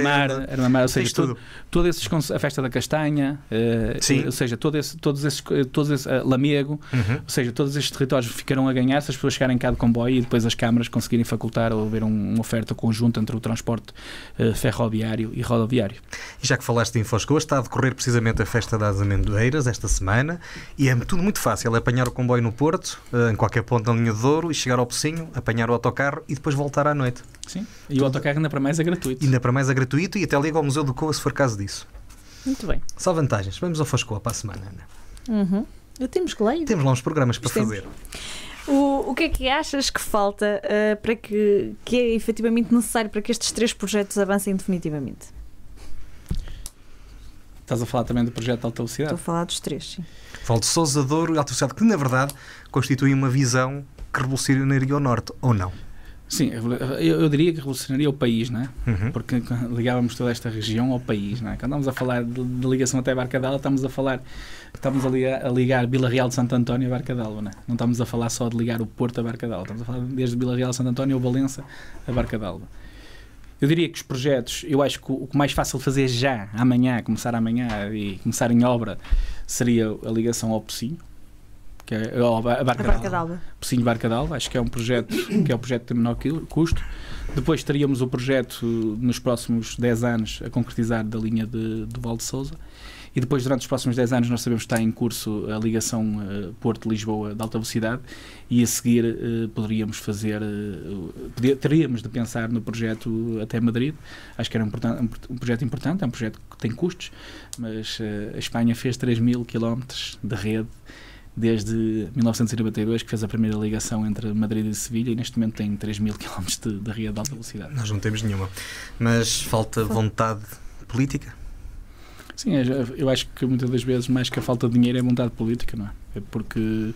ou seja, todo a festa da castanha, ou seja, todos esses Lamego, ou seja, todos estes territórios ficarão a ganhar se as pessoas chegarem cá de comboio e depois as câmaras conseguirem facultar ou haver uma oferta conjunta entre o transporte ferroviário e rodoviário. E já que falaste em Foscoa, está a decorrer precisamente a festa das amendoeiras esta semana e é tudo muito fácil, é apanhar o comboio no Porto, em qualquer ponto na linha de Douro, e chegar ao Pocinho, apanhar o autocarro e depois voltar à noite. Sim, e o autocarro ainda para mais é gratuito. Ainda para mais é gratuito e até liga ao Museu do Coa se for caso disso. Muito bem. Só vantagens. Vamos ao Foscoa para a semana, Ana. Temos que ler. Temos lá uns programas para fazer. O que é que achas que falta para que é efetivamente necessário para que estes 3 projetos avancem definitivamente? Estás a falar também do projeto de alta velocidade? Estou a falar dos 3, sim. Falo de Sousa Douro e Alta Velocidade, que na verdade constituem uma visão que revolucionaria o Norte, ou não? Sim, eu diria que revolucionaria o país, não é? Uhum. Porque ligávamos toda esta região ao país, não é? Quando estamos a falar de ligação até Barcadela, estamos a ligar Vila Real de Santo António a Barcadela, não é? Não estamos a falar só de ligar o Porto a Barcadela, estamos a falar desde Vila Real de Santo António ou Valença a Barcadela. Eu diria que os projetos, eu acho que o mais fácil de fazer já, começar amanhã e começar em obra, seria a ligação ao Pocinho, que é a Barcadalva. Pocinho Barcadalva, acho que é um projeto que é o projeto de menor custo. Depois teríamos o projeto nos próximos 10 anos a concretizar da linha do Val de Sousa. E depois, durante os próximos 10 anos, nós sabemos que está em curso a ligação Porto-Lisboa de alta velocidade e a seguir poderíamos fazer, teríamos de pensar no projeto até Madrid. Acho que era um projeto importante, é um projeto que tem custos, mas a Espanha fez 3.000 km de rede desde 1992, que fez a primeira ligação entre Madrid e Sevilha, e neste momento tem 3.000 km de rede de alta velocidade. Nós não temos nenhuma, mas falta vontade política? Sim, eu acho que muitas das vezes mais que a falta de dinheiro é vontade política, não é? É porque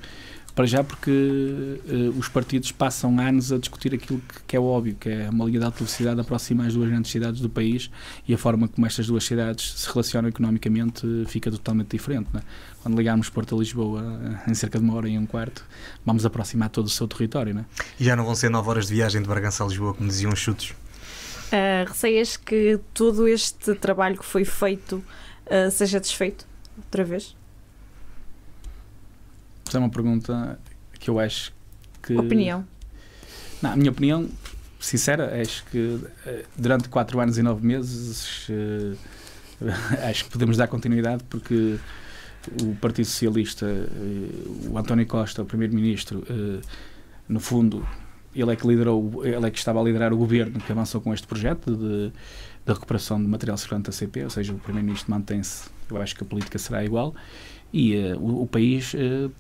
os partidos passam anos a discutir aquilo que é óbvio, que é uma linha de alta velocidade aproxima as 2 grandes cidades do país, e a forma como estas 2 cidades se relacionam economicamente fica totalmente diferente, não é? Quando ligarmos Porto a Lisboa em cerca de 1h15, vamos aproximar todo o seu território, não é? E já não vão ser 9 horas de viagem de Bragança a Lisboa, como diziam os chutos? Receias que todo este trabalho que foi feito seja desfeito outra vez? Essa é uma pergunta que eu acho que... Opinião? Não, a minha opinião sincera, acho que durante 4 anos e 9 meses acho que podemos dar continuidade, porque o Partido Socialista, o António Costa, o Primeiro-Ministro, no fundo, ele é que estava a liderar o governo que avançou com este projeto de recuperação de material circulante da CP, ou seja, o Primeiro-Ministro mantém-se, eu acho que a política será igual, e o país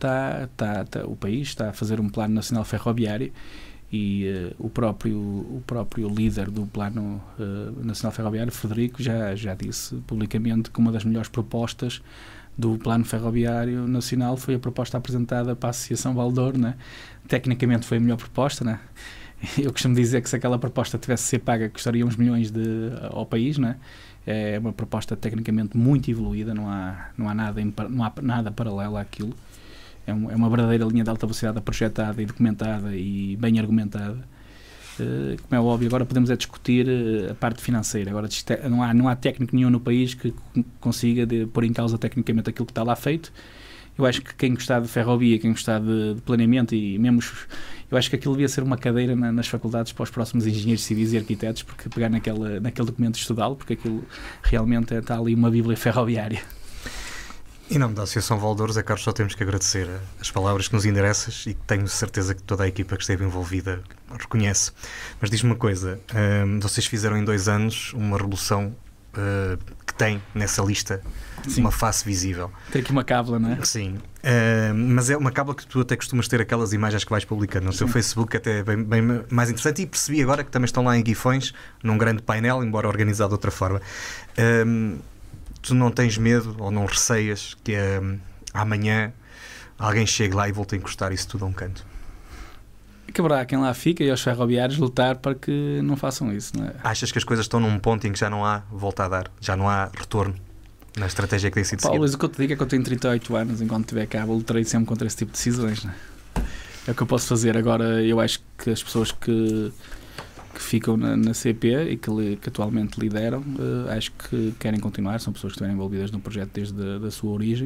está a fazer um plano nacional ferroviário, e o próprio líder do plano nacional ferroviário, Frederico, já disse publicamente que uma das melhores propostas do plano ferroviário nacional foi a proposta apresentada para a Associação Val-d'Or, né? Tecnicamente foi a melhor proposta, né? Eu costumo dizer que se aquela proposta tivesse de ser paga custaria uns milhões ao país, né? É uma proposta tecnicamente muito evoluída, não há nada paralelo àquilo. É uma verdadeira linha de alta velocidade projetada e documentada e bem argumentada. Como é óbvio, agora podemos discutir a parte financeira. Agora não há técnico nenhum no país que consiga pôr em causa tecnicamente aquilo que está lá feito. Eu acho que quem gostar de ferrovia, quem gostar de planeamento, e mesmo eu acho que aquilo devia ser uma cadeira nas faculdades para os próximos engenheiros civis e arquitetos, porque pegar naquele documento e estudá-lo, porque aquilo realmente está ali uma bíblia ferroviária. Em nome da Associação Val-d'Or, Zé Carlos, só temos que agradecer as palavras que nos endereças e que tenho certeza que toda a equipa que esteve envolvida reconhece. Mas diz-me uma coisa, vocês fizeram em 2 anos uma revolução que tem nessa lista, sim, uma face visível. Tem aqui uma cábula, não é? Sim, mas é uma cábula que tu até costumas ter aquelas imagens que vais publicando no teu Facebook, até é bem mais interessante, e percebi agora que também estão lá em Guifões, num grande painel, embora organizado de outra forma. Tu não tens medo ou não receias que amanhã alguém chegue lá e volte a encostar isso tudo a um canto? Caberá quem lá fica e aos ferroviários lutar para que não façam isso, não é? Achas que as coisas estão num ponto em que já não há volta a dar, já não há retorno na estratégia que tem sido seguida? Paulo, o que eu te digo é que eu tenho 38 anos, enquanto tiver cabo, lutarei sempre contra esse tipo de decisões, não é? É o que eu posso fazer. Agora, eu acho que as pessoas que ficam na CP e que atualmente lideram, acho que querem continuar, são pessoas que estiveram envolvidas no projeto desde a sua origem,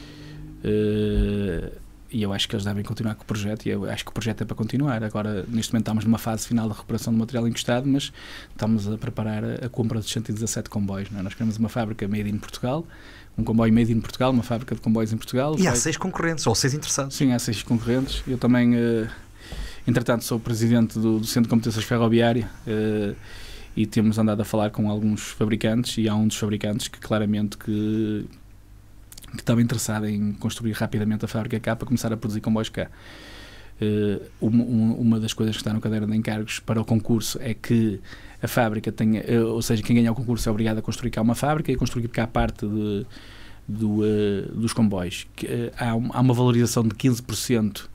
e eu acho que eles devem continuar com o projeto, e eu acho que o projeto é para continuar. Agora, neste momento estamos numa fase final de recuperação do material encostado, mas estamos a preparar a compra dos 117 comboios, não é? Nós queremos uma fábrica made in Portugal, um comboio made in Portugal, uma fábrica de comboios em Portugal. E há 6 concorrentes, ou 6 interessados. Sim, há 6 concorrentes. Eu também, entretanto, sou presidente do Centro de Competências Ferroviária, e temos andado a falar com alguns fabricantes, e há um dos fabricantes que claramente que estava interessado em construir rapidamente a fábrica cá para começar a produzir comboios cá. Uma das coisas que está no caderno de encargos para o concurso é que a fábrica tenha, ou seja, quem ganha o concurso é obrigado a construir cá uma fábrica e construir cá parte dos comboios. Há uma valorização de 15%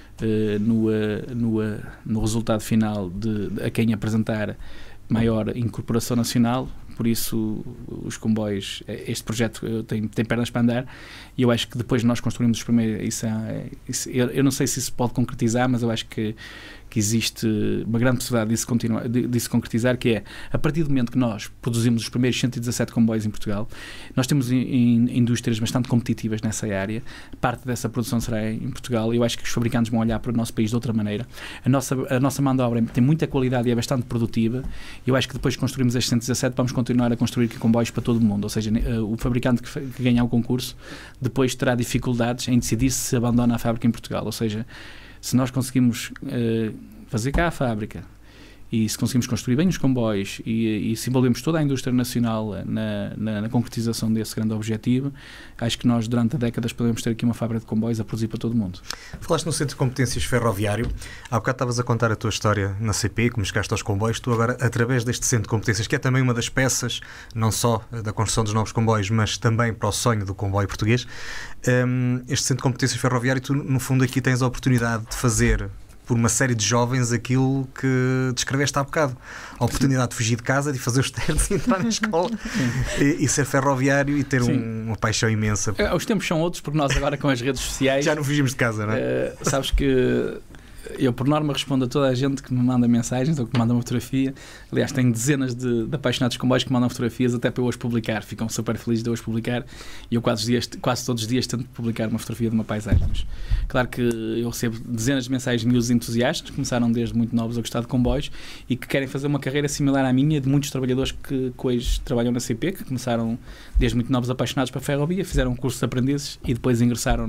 no resultado final a quem apresentar maior incorporação nacional. Por isso os comboios, este projeto tem pernas para andar, e eu acho que depois nós construímos os primeiros, eu não sei se isso pode concretizar, mas eu acho que existe uma grande possibilidade disso concretizar, que é, a partir do momento que nós produzimos os primeiros 117 comboios em Portugal, nós temos indústrias bastante competitivas nessa área, parte dessa produção será em Portugal, e eu acho que os fabricantes vão olhar para o nosso país de outra maneira. A nossa mão de obra tem muita qualidade e é bastante produtiva, e eu acho que depois de construirmos estes 117 vamos continuar a construir comboios para todo o mundo, ou seja, o fabricante que ganhar o concurso depois terá dificuldades em decidir se abandona a fábrica em Portugal, ou seja, se nós conseguimos fazer cá a fábrica e se conseguimos construir bem os comboios e se envolvemos toda a indústria nacional na concretização desse grande objetivo, acho que nós durante décadas podemos ter aqui uma fábrica de comboios a produzir para todo o mundo. Falaste no Centro de Competências Ferroviário, há bocado estavas a contar a tua história na CP, como chegaste aos comboios, tu agora, através deste Centro de Competências, que é também uma das peças, não só da construção dos novos comboios, mas também para o sonho do comboio português, este Centro de Competências Ferroviário, tu no fundo aqui tens a oportunidade de fazer por uma série de jovens aquilo que descreveste há bocado. A oportunidade de fugir de casa, de fazer os testes e entrar na escola e ser ferroviário e ter uma paixão imensa. Os tempos são outros, porque nós agora com as redes sociais... Já não fugimos de casa, não é? Sabes que eu, por norma, respondo a toda a gente que me manda mensagens ou que me manda uma fotografia. Aliás, tenho dezenas de apaixonados de comboios que me mandam fotografias até para eu as publicar. Ficam super felizes de eu as publicar, e eu quase todos os dias tento publicar uma fotografia de uma paisagem. Mas, claro que eu recebo dezenas de mensagens de miúdos entusiastas que começaram desde muito novos a gostar de comboios e que querem fazer uma carreira similar à minha, de muitos trabalhadores que hoje trabalham na CP, que começaram desde muito novos apaixonados para a ferrovia, fizeram um curso de aprendizes e depois ingressaram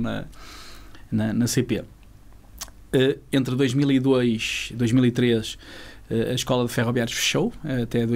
na CP. Entre 2002 e 2003 a Escola de Ferroviários fechou até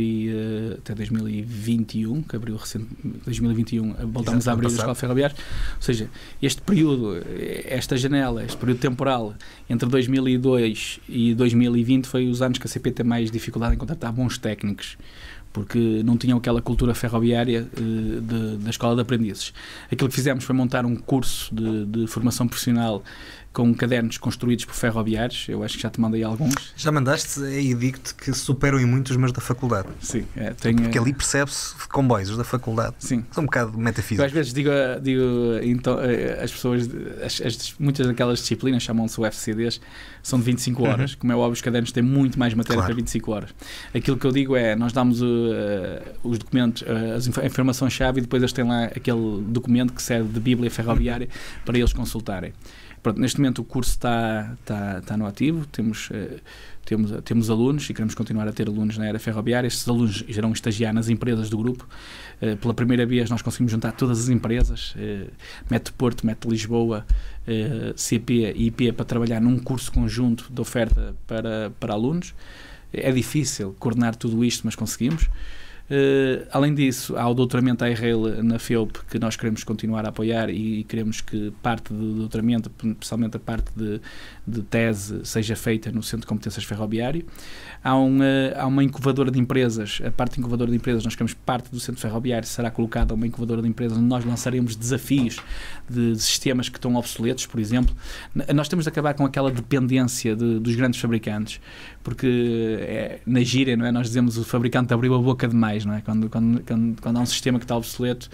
2021, que abriu recentemente, 2021 voltámos a abrir a Escola de Ferroviários. Ou seja, este período, esta janela, este período temporal entre 2002 e 2020 foi os anos que a CP tem mais dificuldade em contratar bons técnicos, porque não tinham aquela cultura ferroviária da Escola de Aprendizes. Aquilo que fizemos foi montar um curso de formação profissional com cadernos construídos por ferroviários. Eu acho que já te mandei alguns. Já mandaste, e digo-te que superam em muito os meus da faculdade. Sim. Porque ali percebe-se comboios, os da faculdade. Sim. São um bocado metafísicos. Eu às vezes digo então, as pessoas, muitas daquelas disciplinas, chamam-se UFCDs, são de 25 horas. Como é óbvio, os cadernos têm muito mais matéria para 25 horas. Aquilo que eu digo é, nós damos os documentos, a informação-chave, e depois eles têm lá aquele documento que serve de bíblia ferroviária para eles consultarem. Pronto, neste momento o curso está no ativo, temos alunos e queremos continuar a ter alunos na era ferroviária. Estes alunos irão estagiar nas empresas do grupo. Pela primeira vez nós conseguimos juntar todas as empresas, Mete Porto, Mete Lisboa, CP e IP, para trabalhar num curso conjunto de oferta para alunos. É difícil coordenar tudo isto, mas conseguimos. Além disso, há o doutoramento ARL na FEUP, que nós queremos continuar a apoiar, e queremos que parte do doutoramento, especialmente a parte de tese, seja feita no Centro de Competências Ferroviário. Há uma incubadora de empresas. A parte de incubadora de empresas, nós queremos que parte do Centro Ferroviário será colocada uma incubadora de empresas onde nós lançaremos desafios de sistemas que estão obsoletos, por exemplo. Nós temos de acabar com aquela dependência dos grandes fabricantes, porque na gíria, não é? Nós dizemos o fabricante abriu a boca demais, não é? Quando há um sistema que está obsoleto,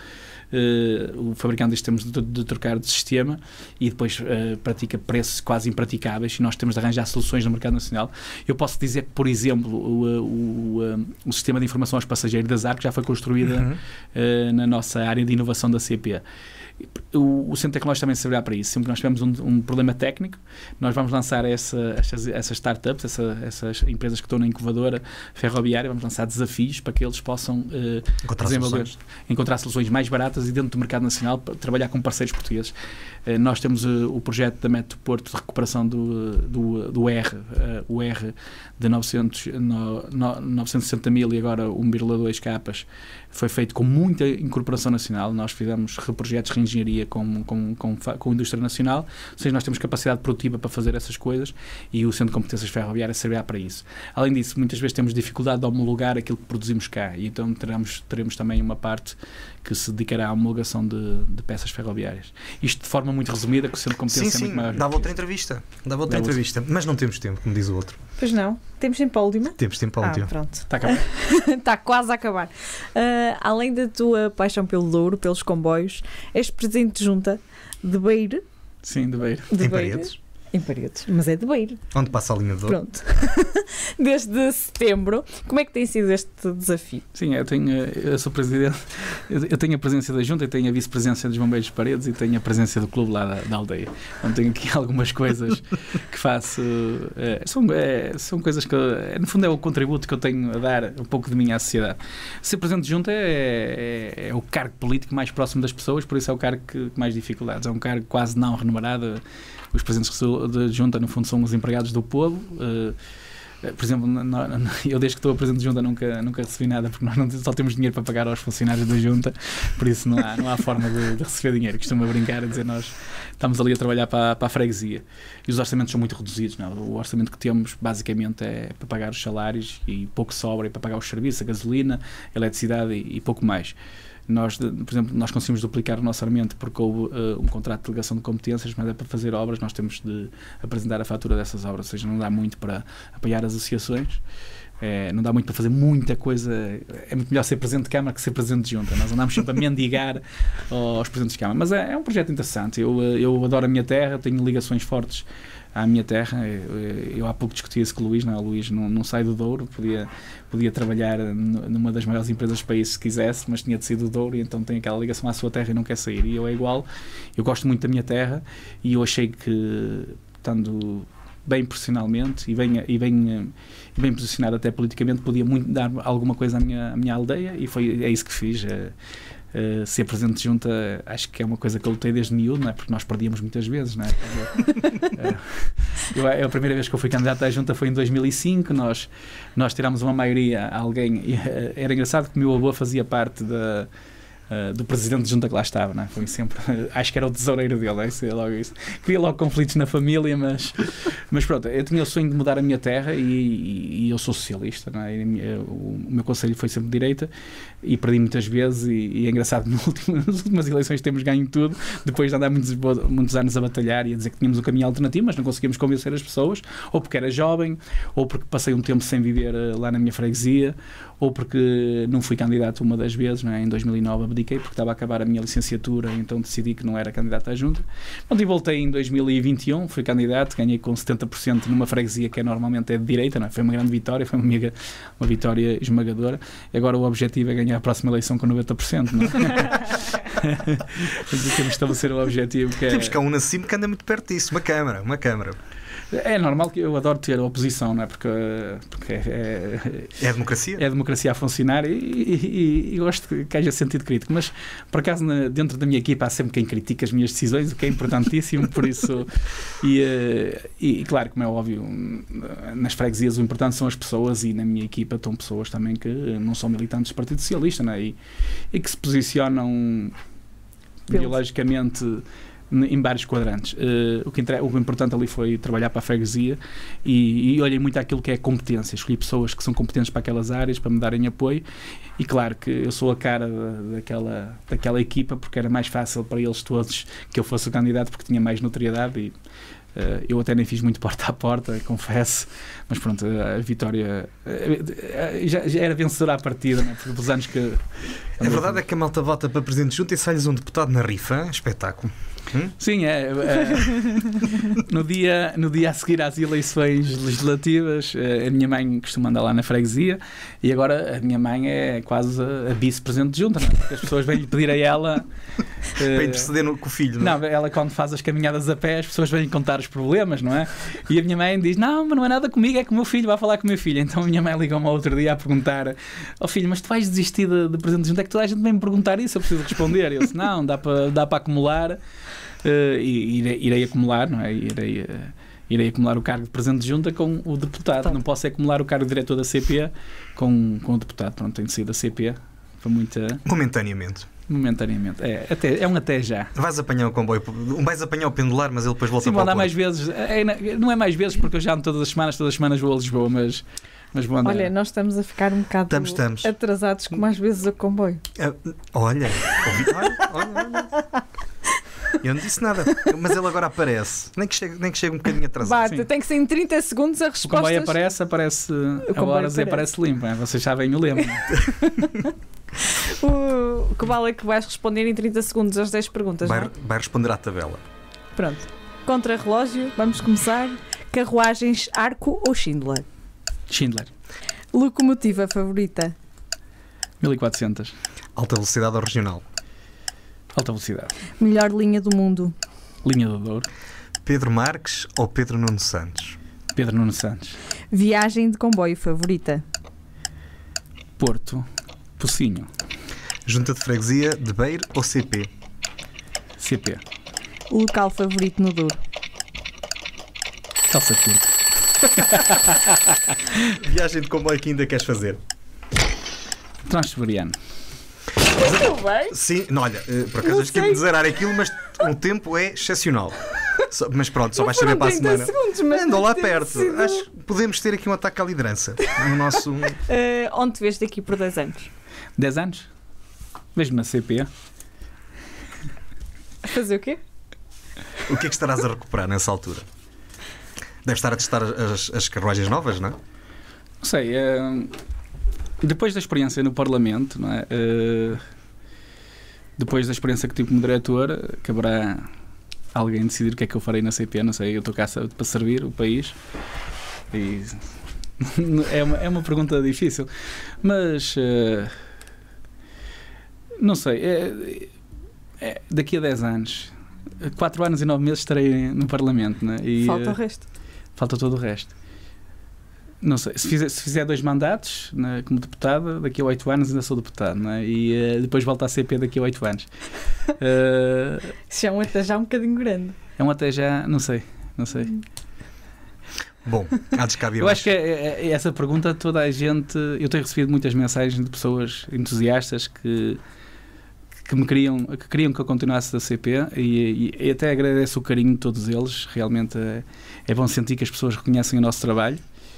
o fabricante diz que temos de trocar de sistema, e depois pratica preços quase impraticáveis, e nós temos de arranjar soluções no mercado nacional. Eu posso dizer que, por exemplo, o sistema de informação aos passageiros da ZARC já foi construída na nossa área de inovação da CP. O Centro Tecnológico também servirá para isso. Sempre que nós tivermos um problema técnico, nós vamos lançar essas startups, essas empresas que estão na incubadora ferroviária, vamos lançar desafios para que eles possam encontrar soluções mais baratas portas e dentro do mercado nacional para trabalhar com parceiros portugueses. Nós temos o projeto da Método Porto de recuperação do R, o R de 960 mil e agora 1,2 capas, foi feito com muita incorporação nacional. Nós fizemos projetos de reengenharia com a indústria nacional, ou seja, nós temos capacidade produtiva para fazer essas coisas e o Centro de Competências Ferroviárias servirá para isso. Além disso, muitas vezes temos dificuldade de homologar aquilo que produzimos cá e então teremos também uma parte que se dedicará à homologação de peças ferroviárias. Isto de forma muito resumida, que o Centro de Competência é muito maior. Dava outra entrevista, mas não temos tempo, como diz o outro. Pois não. Temos tempo para a última? Temos tempo para a última. Pronto. Está a acabar. Está quase a acabar. Além da tua paixão pelo Douro, pelos comboios, és presidente de junta de Beira. Sim, de Beira. Em Paredes. Em Paredes, mas é de Beira. Onde passa a linha de Douro. Pronto. Desde setembro. Como é que tem sido este desafio? Sim, eu sou presidente, eu tenho a presença da junta, eu tenho a vice-presença dos Bombeiros de Paredes e tenho a presença do clube lá da aldeia. Então tenho aqui algumas coisas que faço. São coisas que, no fundo, é o contributo que eu tenho a dar um pouco de mim à sociedade. Ser presidente de junta é o cargo político mais próximo das pessoas, por isso é o cargo que mais dificuldades. É um cargo quase não remunerado. Os presidentes de junta, no fundo, são os empregados do povo. Por exemplo, eu desde que estou a presidente de junta nunca recebi nada, porque nós só temos dinheiro para pagar aos funcionários da junta, por isso não há forma de receber dinheiro. Costumo brincar a dizer, nós estamos ali a trabalhar para a freguesia e os orçamentos são muito reduzidos. Não? O orçamento que temos basicamente é para pagar os salários e pouco sobra para pagar os serviços, a gasolina, a eletricidade e pouco mais. Nós, por exemplo, nós conseguimos duplicar o nosso orçamento porque houve um contrato de delegação de competências, mas é para fazer obras, nós temos de apresentar a fatura dessas obras, ou seja, não dá muito para apoiar as associações, não dá muito para fazer muita coisa. É muito melhor ser presidente de Câmara que ser presidente de junta. Nós andamos sempre a mendigar aos presidentes de Câmara, mas é um projeto interessante. Eu adoro a minha terra, tenho ligações fortes à minha terra. Eu há pouco discuti isso com o Luís, não é? O Luís não sai do Douro, podia trabalhar numa das maiores empresas do país se quisesse, mas tinha de sair do Douro e então tem aquela ligação à sua terra e não quer sair. E eu é igual, eu gosto muito da minha terra e eu achei que, estando bem profissionalmente e bem posicionado até politicamente, podia muito dar alguma coisa à minha aldeia e é isso que fiz. Ser presidente de junta, acho que é uma coisa que eu lutei desde miúdo, não é? Porque nós perdíamos muitas vezes, não é? A primeira vez que eu fui candidato à junta foi em 2005, nós tirámos uma maioria a alguém, era engraçado que o meu avô fazia parte do presidente de junta que lá estava, não é? Foi sempre, acho que era o tesoureiro dele, não é? Logo isso. Queria logo conflitos na família, mas pronto, eu tinha o sonho de mudar a minha terra e eu sou socialista, não é? O meu conselho foi sempre de direita e perdi muitas vezes e é engraçado, nas últimas eleições temos ganho tudo, depois de andar muitos anos a batalhar e a dizer que tínhamos um caminho alternativo, mas não conseguimos convencer as pessoas, ou porque era jovem, ou porque passei um tempo sem viver lá na minha freguesia, ou porque não fui candidato uma das vezes, não é? Em 2009 abdiquei porque estava a acabar a minha licenciatura, então decidi que não era candidato à junta. E voltei em 2021, fui candidato, ganhei com 70% numa freguesia que normalmente é de direita, não é? Foi uma grande vitória, foi uma vitória esmagadora. Agora o objetivo é ganhar a próxima eleição com 90%, não é? Temos que estabelecer o objetivo que é... Temos cá um na cima que anda muito perto disso, uma câmara. É normal, que eu adoro ter a oposição, não é? Porque é a democracia. É a democracia a funcionar e gosto que haja sentido crítico. Mas, por acaso, dentro da minha equipa há sempre quem critica as minhas decisões, o que é importantíssimo, por isso... E claro, como é óbvio, nas freguesias o importante são as pessoas e na minha equipa estão pessoas também que não são militantes do Partido Socialista, não é? E que se posicionam ideologicamente em vários quadrantes. O importante ali foi trabalhar para a freguesia e olhei muito àquilo que é competência. Escolhi pessoas que são competentes para aquelas áreas, para me darem apoio e claro que eu sou a cara daquela equipa porque era mais fácil para eles todos que eu fosse o candidato porque tinha mais notoriedade e eu até nem fiz muito porta a porta, confesso, mas pronto, a vitória já era vencedora à partida, não é? Porque dos anos que... A verdade é que a malta vota para presidente de junta e sai-lhes um deputado na rifa, espetáculo. Sim, no dia a seguir às eleições legislativas, a minha mãe costuma andar lá na freguesia e agora a minha mãe é quase a vice-presidente de junta, não é? Porque as pessoas vêm-lhe pedir a ela para interceder com o filho, não é? Não, ela quando faz as caminhadas a pé, as pessoas vêm contar os problemas, não é? E a minha mãe diz, não, mas não é nada comigo, é com o meu filho, vai falar com o meu filho. Então a minha mãe ligou-me outro dia a perguntar, filho, mas tu vais desistir de presidente de junta? É que toda a gente vem me perguntar isso, eu preciso responder. Eu disse, não, dá para acumular. Irei acumular, não é? Irei acumular o cargo de presidente de junta com o deputado. Não posso acumular o cargo de diretor da CP com o deputado. Pronto, tem sido a CP. Foi muita... Momentaneamente. É um até já. Vais apanhar o comboio, vais apanhar o pendular, mas ele depois volta. Sim, para o vou andar mais vezes. Não é mais vezes porque eu já ando todas as semanas vou a Lisboa, mas vou andar. Olha, nós estamos a ficar um bocado atrasados com mais vezes o comboio. Olha. Eu não disse nada, mas ele agora aparece. Nem que chegue um bocadinho atrasado. Tem que ser em 30 segundos a resposta. O comboio aparece a horas e aparece limpo. Vocês já bem o lembram. O que vale é que vais responder em 30 segundos as 10 perguntas. Vai responder à tabela. Pronto. Contra-relógio, vamos começar. Carruagens, Arco ou Schindler? Schindler. Locomotiva favorita? 1400. Alta velocidade ou regional? Alta velocidade. Melhor linha do mundo? Linha do Douro. Pedro Marques ou Pedro Nuno Santos? Pedro Nuno Santos. Viagem de comboio favorita? Porto. Pocinho. Junta de freguesia de Beiro ou CP? CP. Local favorito no Douro? Calça curta. Viagem de comboio que ainda queres fazer? Transiberiano. Muito bem. Sim, não, olha, por acaso acho que ia dizer aquilo, mas o tempo é excepcional. Mas pronto, só vais saber para a semana. Andou lá perto. Acho que podemos ter aqui um ataque à liderança no nosso. Onde te vês daqui por 10 anos? 10 anos? Vejo-me na CP. A fazer o quê? O que é que estarás a recuperar nessa altura? Deves estar a testar as carruagens novas, não é? Não sei. Depois da experiência no Parlamento, não é? Depois da experiência que tive como diretor, caberá alguém decidir o que é que eu farei na CP. Não sei, eu estou cá para servir o país e é uma pergunta difícil, mas não sei, daqui a 10 anos, 4 anos e 9 meses estarei no Parlamento, não é? E falta o resto. Falta todo o resto. Não sei, se fizer 2 mandatos, né, como deputado, daqui a 8 anos ainda sou deputado, né, e depois volto à CP daqui a 8 anos. Isso é um até já um bocadinho grande. É um até já, não sei. Bom, há descabe. Eu acho que essa pergunta toda a gente... Eu tenho recebido muitas mensagens de pessoas entusiastas que queriam que eu continuasse da CP e até agradeço o carinho de todos eles. Realmente é bom sentir que as pessoas reconhecem o nosso trabalho.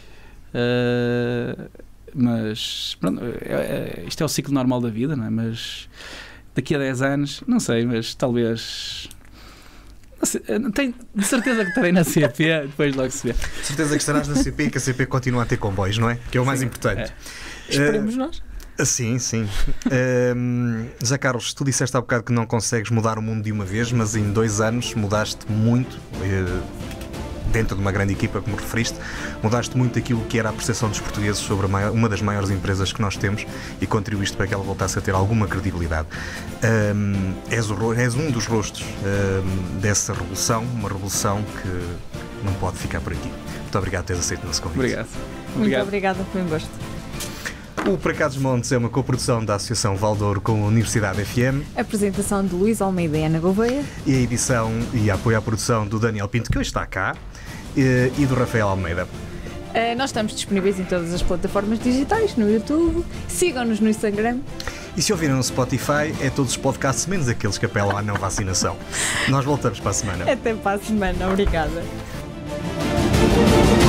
Mas pronto, isto é o ciclo normal da vida, não é? Mas daqui a 10 anos, não sei, mas talvez... Tenho de certeza que estarei na CP, depois logo se vê. Certeza que estarás na CP e que a CP continua a ter comboios, não é? Que é o mais importante. Esperemos nós. Sim. José Carlos, tu disseste há bocado que não consegues mudar o mundo de uma vez, mas em 2 anos mudaste muito. Dentro de uma grande equipa, como referiste, mudaste muito aquilo que era a percepção dos portugueses sobre uma das maiores empresas que nós temos e contribuíste para que ela voltasse a ter alguma credibilidade. És um dos rostos dessa revolução, uma revolução que não pode ficar por aqui. Muito obrigado por teres aceito o nosso convite. Obrigado. Muito obrigada, foi um gosto. O Para Cá dos Montes é uma coprodução da Associação Valdouro com a Universidade FM. Apresentação de Luís Almeida e Ana Gouveia. E a edição e apoio à produção do Daniel Pinto, que hoje está cá, e do Rafael Almeida. Nós estamos disponíveis em todas as plataformas digitais, no YouTube. Sigam-nos no Instagram. E se ouviram no Spotify, é todos os podcasts, menos aqueles que apelam à não vacinação. Nós voltamos para a semana. Até para a semana. Obrigada.